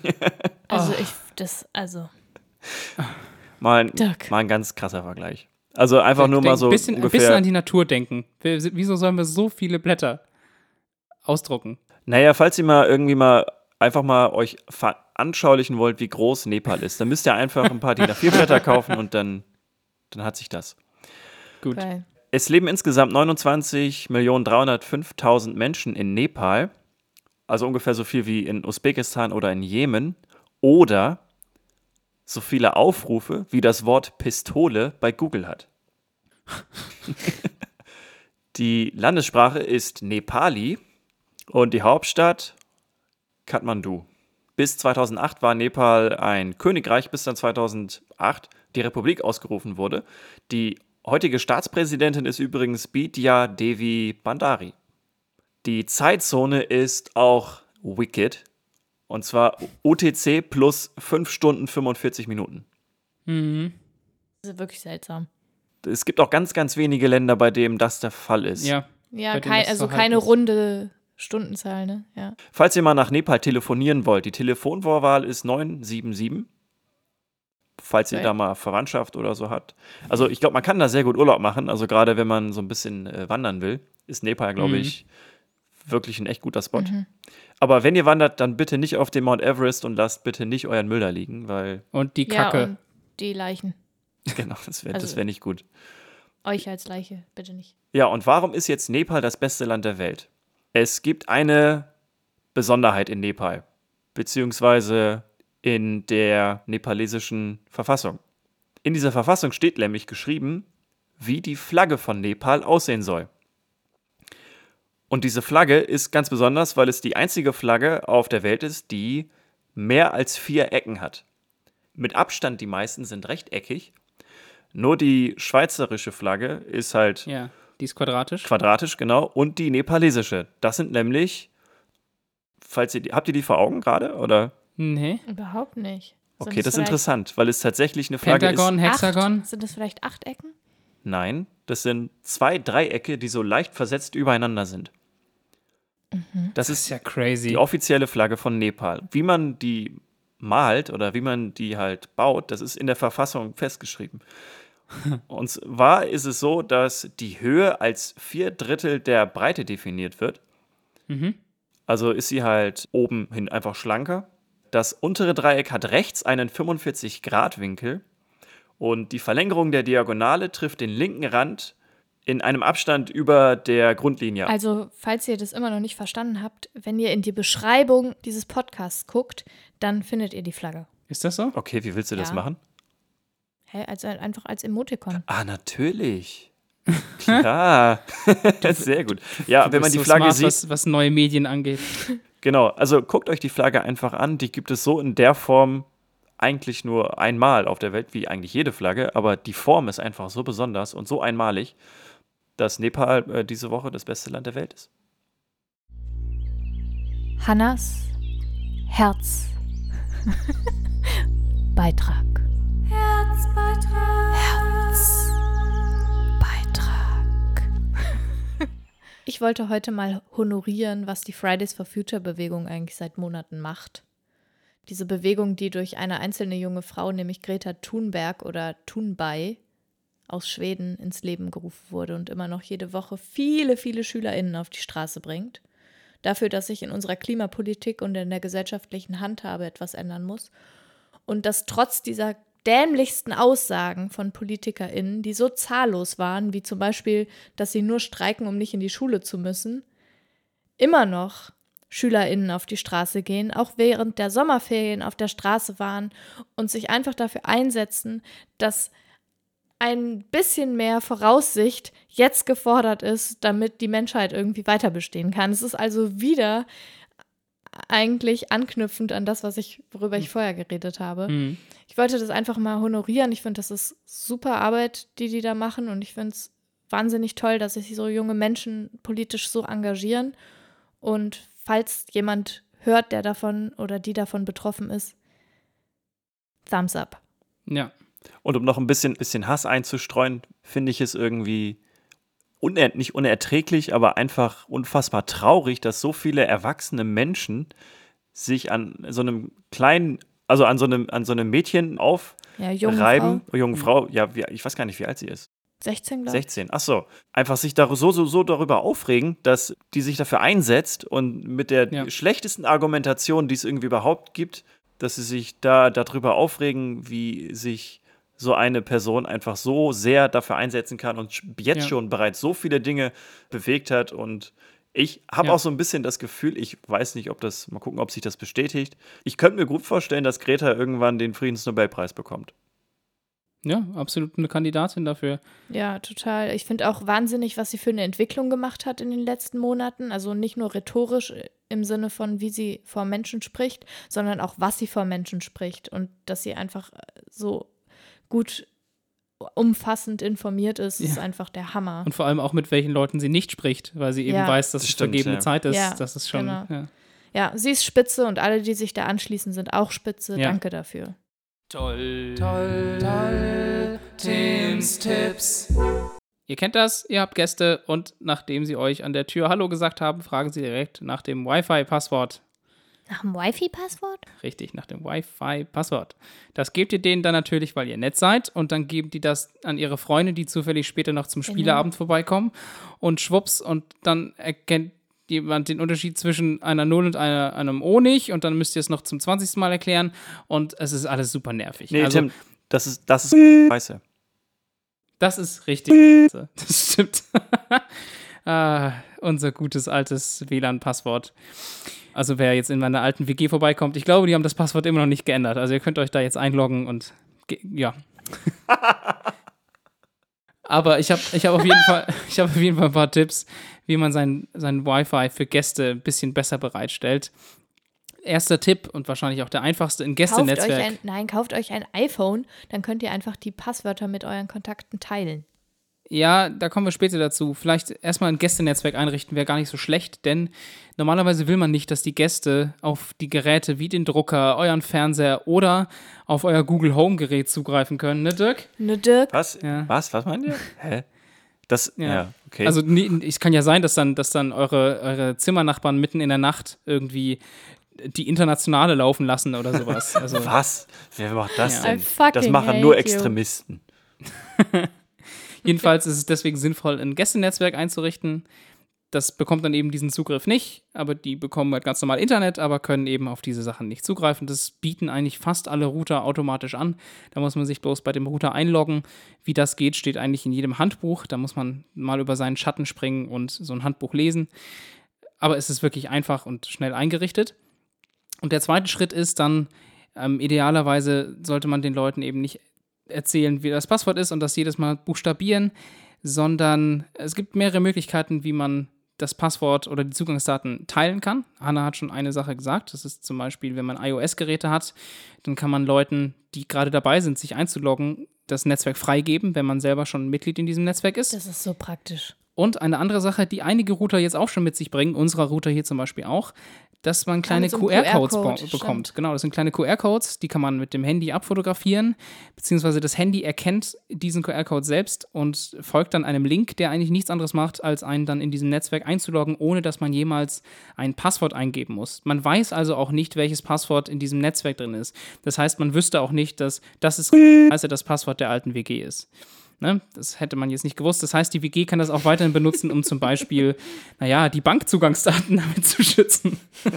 B: Mal
C: Dirk.
B: ein ganz krasser Vergleich. Also einfach nur mal so
A: ein bisschen
B: ungefähr.
A: an die Natur denken. Wieso sollen wir so viele Blätter ausdrucken?
B: Naja, falls ihr mal irgendwie mal einfach mal euch veranschaulichen wollt, wie groß Nepal ist, dann müsst ihr einfach ein paar DIN A4 Blätter kaufen und dann hat sich das.
A: Gut.
C: Geil.
B: Es leben insgesamt 29.305.000 Menschen in Nepal, also ungefähr so viel wie in Usbekistan oder in Jemen, oder so viele Aufrufe, wie das Wort Pistole bei Google hat. Die Landessprache ist Nepali und die Hauptstadt Kathmandu. Bis 2008 war Nepal ein Königreich, bis dann 2008 die Republik ausgerufen wurde. Die heutige Staatspräsidentin ist übrigens Bidya Devi Bhandari. Die Zeitzone ist auch wicked. Und zwar UTC plus 5 Stunden 45 Minuten.
A: Mhm.
C: Das ist wirklich seltsam.
B: Es gibt auch ganz, ganz wenige Länder, bei denen das der Fall ist.
A: Ja.
C: Ja,
A: Bei denen das so
C: keine
A: halt ist.
C: runde Stundenzahl, ne? Ja.
B: Falls ihr mal nach Nepal telefonieren wollt, die Telefonvorwahl ist 977. Falls ihr
C: Okay.
B: da mal Verwandtschaft oder so habt. Also ich glaube, man kann da sehr gut Urlaub machen. Also gerade wenn man so ein bisschen wandern will, ist Nepal, glaube ich, wirklich ein echt guter Spot. Aber wenn ihr wandert, dann bitte nicht auf dem Mount Everest und lasst bitte nicht euren Müll da liegen, weil,
A: Und die
C: Ja,
A: Kacke.
C: und die Leichen.
B: genau, das wär
C: Also-
B: nicht gut.
C: Euch als Leiche, bitte nicht.
B: Ja, und warum ist jetzt Nepal das beste Land der Welt? Es gibt eine Besonderheit in Nepal, beziehungsweise in der nepalesischen Verfassung. In dieser Verfassung steht nämlich geschrieben, wie die Flagge von Nepal aussehen soll. Und diese Flagge ist ganz besonders, weil es die einzige Flagge auf der Welt ist, die mehr als 4 Ecken hat. Mit Abstand die meisten sind rechteckig. Nur die schweizerische Flagge ist halt
A: Ja, die ist quadratisch.
B: quadratisch, genau. Und die nepalesische. Das sind nämlich, habt ihr die vor Augen gerade? Oder?
A: Nee.
C: Überhaupt nicht.
B: Okay, das ist interessant, weil es tatsächlich eine Flagge
A: Pentagon,
B: ist.
A: Hexagon.
C: Sind das vielleicht 8 Ecken?
B: Nein, das sind 2 Dreiecke, die so leicht versetzt übereinander sind. Das
A: Das
B: ist
A: ist ja crazy.
B: die offizielle Flagge von Nepal. Wie man die malt oder wie man die halt baut, das ist in der Verfassung festgeschrieben. Und zwar ist es so, dass die Höhe als 4/3 der Breite definiert wird. Also ist sie halt oben hin einfach schlanker. Das untere Dreieck hat rechts einen 45-Grad-Winkel und die Verlängerung der Diagonale trifft den linken Rand in einem Abstand über der Grundlinie.
C: Also, falls ihr das immer noch nicht verstanden habt, wenn ihr in die Beschreibung dieses Podcasts guckt, dann findet ihr die Flagge.
A: Ist das so?
B: Okay, wie willst du das
C: Ja.
B: machen?
C: Einfach als Emotikon.
B: Ah, natürlich. Klar. Sehr gut. Ja,
A: Du
B: wenn man
A: bist
B: die
A: so
B: Flagge
A: smart,
B: sieht,
A: was neue Medien angeht.
B: genau, also guckt euch die Flagge einfach an. Die gibt es so in der Form eigentlich nur einmal auf der Welt, wie eigentlich jede Flagge. Aber die Form ist einfach so besonders und so einmalig, dass Nepal diese Woche das beste Land der Welt ist.
C: Hannas Herz. Beitrag. Herzbeitrag. Ich wollte heute mal honorieren, was die Fridays for Future Bewegung eigentlich seit Monaten macht. Diese Bewegung, die durch eine einzelne junge Frau, nämlich Greta Thunberg oder Thunberg aus Schweden ins Leben gerufen wurde und immer noch jede Woche viele, viele SchülerInnen auf die Straße bringt. Dafür, dass sich in unserer Klimapolitik und in der gesellschaftlichen Handhabe etwas ändern muss. Und dass trotz dieser dämlichsten Aussagen von PolitikerInnen, die so zahllos waren, wie zum Beispiel, dass sie nur streiken, um nicht in die Schule zu müssen, immer noch SchülerInnen auf die Straße gehen, auch während der Sommerferien auf der Straße waren und sich einfach dafür einsetzen, dass ein bisschen mehr Voraussicht jetzt gefordert ist, damit die Menschheit irgendwie weiter bestehen kann. Es ist also wieder eigentlich anknüpfend an das, worüber ich vorher geredet habe. Ich wollte das einfach mal honorieren. Ich finde, das ist super Arbeit, die da machen. Und ich finde es wahnsinnig toll, dass sich so junge Menschen politisch so engagieren. Und falls jemand hört, der davon oder die davon betroffen ist, Thumbs up.
A: Ja.
B: Und um noch ein bisschen Hass einzustreuen, finde ich es irgendwie nicht unerträglich, aber einfach unfassbar traurig, dass so viele erwachsene Menschen sich an so einem kleinen, also an so einem Mädchen
C: Ja, junge
B: aufreiben.
C: Frau.
B: Junge Frau, ja, ich weiß gar nicht, wie alt sie ist.
C: 16, glaube ich.
B: 16, ach so. Einfach sich so darüber aufregen, dass die sich dafür einsetzt und mit der schlechtesten Argumentation, die es irgendwie überhaupt gibt, dass sie sich darüber aufregen, wie sich so eine Person einfach so sehr dafür einsetzen kann und jetzt schon bereits so viele Dinge bewegt hat. Und ich habe auch so ein bisschen das Gefühl, ich weiß nicht, mal gucken, ob sich das bestätigt. Ich könnte mir gut vorstellen, dass Greta irgendwann den Friedensnobelpreis bekommt.
A: Ja, absolut eine Kandidatin dafür.
C: Ja, total. Ich finde auch wahnsinnig, was sie für eine Entwicklung gemacht hat in den letzten Monaten. Also nicht nur rhetorisch im Sinne von, wie sie vor Menschen spricht, sondern auch, was sie vor Menschen spricht. Und dass sie einfach so gut umfassend informiert ist einfach der Hammer.
A: Und vor allem auch mit welchen Leuten sie nicht spricht, weil sie eben weiß, dass es
B: stimmt,
A: vergebene Zeit ist.
C: Ja,
A: Das ist schon.
C: genau.
A: Ja.
C: Ja, sie ist spitze und alle, die sich da anschließen, sind auch spitze.
A: Ja.
C: Danke dafür.
A: Toll. Tims Tipps. Ihr kennt das, ihr habt Gäste und nachdem sie euch an der Tür Hallo gesagt haben, fragen sie direkt nach dem Wi-Fi-Passwort.
C: Nach dem Wi-Fi-Passwort?
A: Richtig, nach dem Wi-Fi-Passwort. Das gebt ihr denen dann natürlich, weil ihr nett seid und dann geben die das an ihre Freunde, die zufällig später noch zum Spieleabend vorbeikommen und schwupps und dann erkennt jemand den Unterschied zwischen einer 0 und einem O nicht und dann müsst ihr es noch zum 20. Mal erklären und es ist alles super nervig.
B: Nee,
A: also,
B: Tim, das ist scheiße.
A: Das ist richtig. Das stimmt. Unser gutes altes WLAN-Passwort. Also wer jetzt in meiner alten WG vorbeikommt, ich glaube, die haben das Passwort immer noch nicht geändert. Also ihr könnt euch da jetzt einloggen und ja. Aber ich hab auf jeden Fall ein paar Tipps, wie man sein Wi-Fi für Gäste ein bisschen besser bereitstellt. Erster Tipp und wahrscheinlich auch der einfachste in Gästenetzwerk.
C: Kauft euch ein iPhone, dann könnt ihr einfach die Passwörter mit euren Kontakten teilen.
A: Ja, da kommen wir später dazu. Vielleicht erstmal ein Gästenetzwerk einrichten wäre gar nicht so schlecht, denn normalerweise will man nicht, dass die Gäste auf die Geräte wie den Drucker, euren Fernseher oder auf euer Google Home Gerät zugreifen können, ne Dirk?
B: Was?
A: Ja.
B: Was meint ihr? Hä? Ja, okay.
A: Also es kann ja sein, dass dann eure Zimmernachbarn mitten in der Nacht irgendwie die Internationale laufen lassen oder sowas. Also,
B: was? Wer macht das
A: Ja.
B: denn? Das machen nur Extremisten.
A: Jedenfalls ist es deswegen sinnvoll, ein Gästenetzwerk einzurichten. Das bekommt dann eben diesen Zugriff nicht, aber die bekommen halt ganz normal Internet, aber können eben auf diese Sachen nicht zugreifen. Das bieten eigentlich fast alle Router automatisch an. Da muss man sich bloß bei dem Router einloggen. Wie das geht, steht eigentlich in jedem Handbuch. Da muss man mal über seinen Schatten springen und so ein Handbuch lesen. Aber es ist wirklich einfach und schnell eingerichtet. Und der zweite Schritt ist dann, idealerweise sollte man den Leuten eben nicht erzählen, wie das Passwort ist und das jedes Mal buchstabieren, sondern es gibt mehrere Möglichkeiten, wie man das Passwort oder die Zugangsdaten teilen kann. Hanna hat schon eine Sache gesagt, das ist zum Beispiel, wenn man iOS-Geräte hat, dann kann man Leuten, die gerade dabei sind, sich einzuloggen, das Netzwerk freigeben, wenn man selber schon Mitglied in diesem Netzwerk ist.
C: Das ist so praktisch.
A: Und eine andere Sache, die einige Router jetzt auch schon mit sich bringen, unserer Router hier zum Beispiel auch, dass man kleine
C: mit so einem
A: QR-Codes
C: QR-Code,
A: bekommt.
C: stimmt.
A: Genau, das sind kleine QR-Codes, die kann man mit dem Handy abfotografieren, beziehungsweise das Handy erkennt diesen QR-Code selbst und folgt dann einem Link, der eigentlich nichts anderes macht, als einen dann in diesem Netzwerk einzuloggen, ohne dass man jemals ein Passwort eingeben muss. Man weiß also auch nicht, welches Passwort in diesem Netzwerk drin ist. Das heißt, man wüsste auch nicht, dass das Passwort der alten WG ist. Ne? Das hätte man jetzt nicht gewusst. Das heißt, die WG kann das auch weiterhin benutzen, um zum Beispiel, die Bankzugangsdaten damit zu schützen.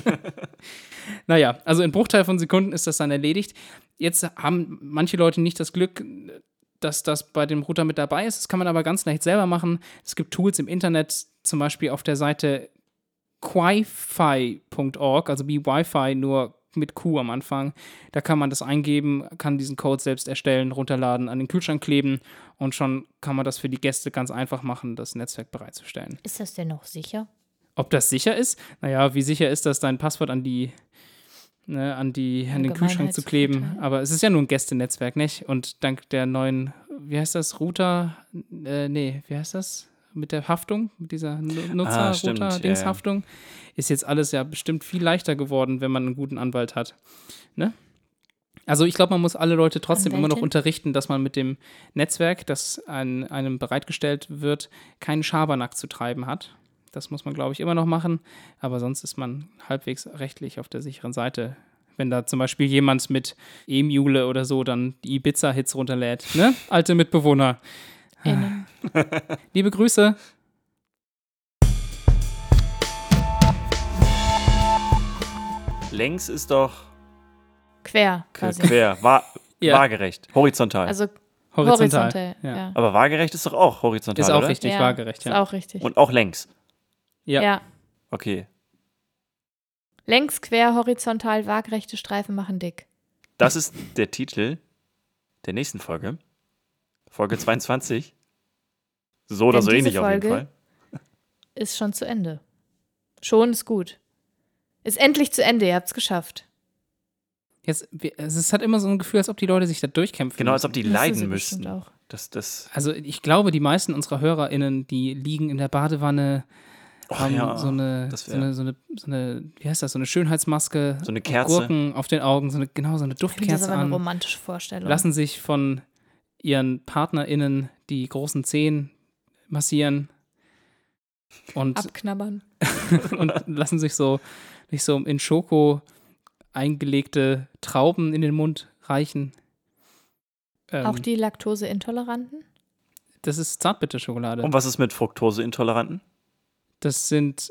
A: Also in Bruchteil von Sekunden ist das dann erledigt. Jetzt haben manche Leute nicht das Glück, dass das bei dem Router mit dabei ist. Das kann man aber ganz leicht selber machen. Es gibt Tools im Internet, zum Beispiel auf der Seite quifi.org, also wie Wi-Fi, nur mit Q am Anfang. Da kann man das eingeben, kann diesen Code selbst erstellen, runterladen, an den Kühlschrank kleben und schon kann man das für die Gäste ganz einfach machen, das Netzwerk bereitzustellen.
C: Ist das denn noch sicher?
A: Ob das sicher ist? Wie sicher ist das, dein Passwort an den Kühlschrank zu kleben? Aber es ist ja nur ein Gästenetzwerk, nicht? Und dank der neuen, wie heißt das, Router? Wie heißt das? Mit der Haftung, mit dieser Nutzer-Router-Dingshaftung, ist jetzt alles ja bestimmt viel leichter geworden, wenn man einen guten Anwalt hat. Ne? Also ich glaube, man muss alle Leute trotzdem immer noch unterrichten, dass man mit dem Netzwerk, das einem bereitgestellt wird, keinen Schabernack zu treiben hat. Das muss man, glaube ich, immer noch machen. Aber sonst ist man halbwegs rechtlich auf der sicheren Seite. Wenn da zum Beispiel jemand mit Emule oder so dann die Ibiza-Hits runterlädt. Ne? Alte Mitbewohner. Liebe Grüße.
B: Längs ist doch
C: Quer, quasi.
B: quer, waagerecht, horizontal.
C: Also
A: Horizontal.
C: ja.
B: Aber waagerecht ist doch auch horizontal,
A: Ist auch
B: oder?
A: richtig,
C: Ja,
A: waagerecht.
C: Ist
A: Ja.
C: auch richtig.
B: Und auch längs.
A: Ja.
B: Okay.
C: Längs, quer, horizontal, waagerechte Streifen machen dick.
B: Das ist der Titel der nächsten Folge. Folge 22. So oder
C: Denn
B: so
C: diese
B: ähnlich auf jeden
C: Folge
B: Fall.
C: Ist schon zu Ende. Schon ist gut. Ist endlich zu Ende, ihr habt es geschafft.
A: Es hat immer so ein Gefühl, als ob die Leute sich da durchkämpfen
B: Genau, als
A: müssen.
B: ob die
C: Müssen
B: leiden
C: sie
B: müssten.
C: bestimmt auch.
A: Also ich glaube, die meisten unserer HörerInnen, die liegen in der Badewanne, haben so eine, wie heißt das, so eine Schönheitsmaske,
B: So eine Kerze.
A: Gurken auf den Augen, so eine
C: Ich finde das
A: Duftkerze
C: aber eine
A: an,
C: romantische Vorstellung.
A: lassen sich von ihren PartnerInnen die großen Zehen massieren und
C: Abknabbern.
A: und lassen sich so in Schoko eingelegte Trauben in den Mund reichen.
C: Auch die Laktoseintoleranten?
A: Das ist Zartbitterschokolade.
B: Und was ist mit Fructoseintoleranten?
A: Das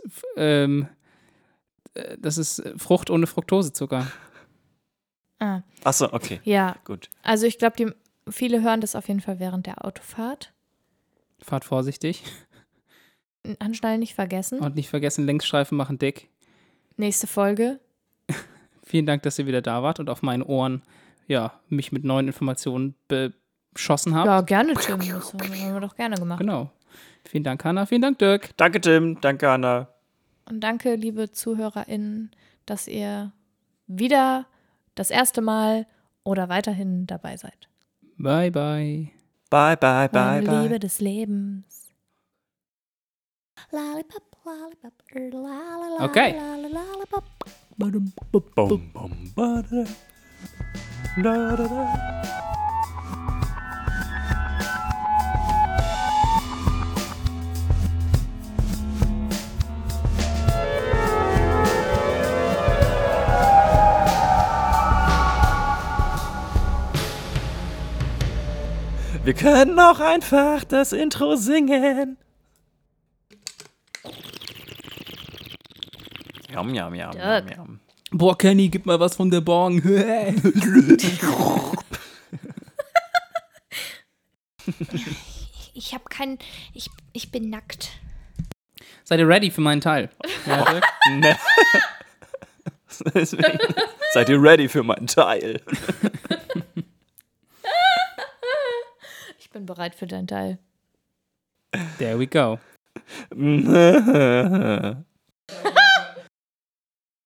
A: das ist Frucht ohne Fructosezucker.
C: Ah,
B: Achso, okay,
C: ja.
B: gut.
C: Also ich glaube, viele hören das auf jeden Fall während der Autofahrt.
A: Fahrt vorsichtig.
C: Anschnallen nicht vergessen.
A: Und nicht vergessen, Längsstreifen machen dick.
C: Nächste Folge.
A: Vielen Dank, dass ihr wieder da wart und auf meinen Ohren, mich mit neuen Informationen beschossen habt.
C: Ja, gerne, Tim. Das haben wir doch gerne gemacht.
A: Genau. Vielen Dank, Hanna. Vielen Dank, Dirk.
B: Danke, Tim. Danke, Anna.
C: Und danke, liebe ZuhörerInnen, dass ihr wieder das erste Mal oder weiterhin dabei seid.
A: Bye, bye.
B: Bye, bye, bye,
C: Meine
B: bye.
C: Liebe des Lebens. Lollipop, lollipop, lalala,
A: Okay.
C: lollipop.
B: Bum, bum, ba-da. Da, da, da. Wir können auch einfach das Intro singen. Jam, jam, jam, jam,
C: Dirk.
B: jam.
A: Boah, Kenny, gib mal was von der Bong.
C: Ich habe keinen. Ich bin nackt.
A: Seid ihr ready für meinen Teil? Ja, Dirk?
B: Ne. Deswegen, seid ihr ready für meinen Teil?
C: Ich bin bereit für deinen Teil.
A: There we go.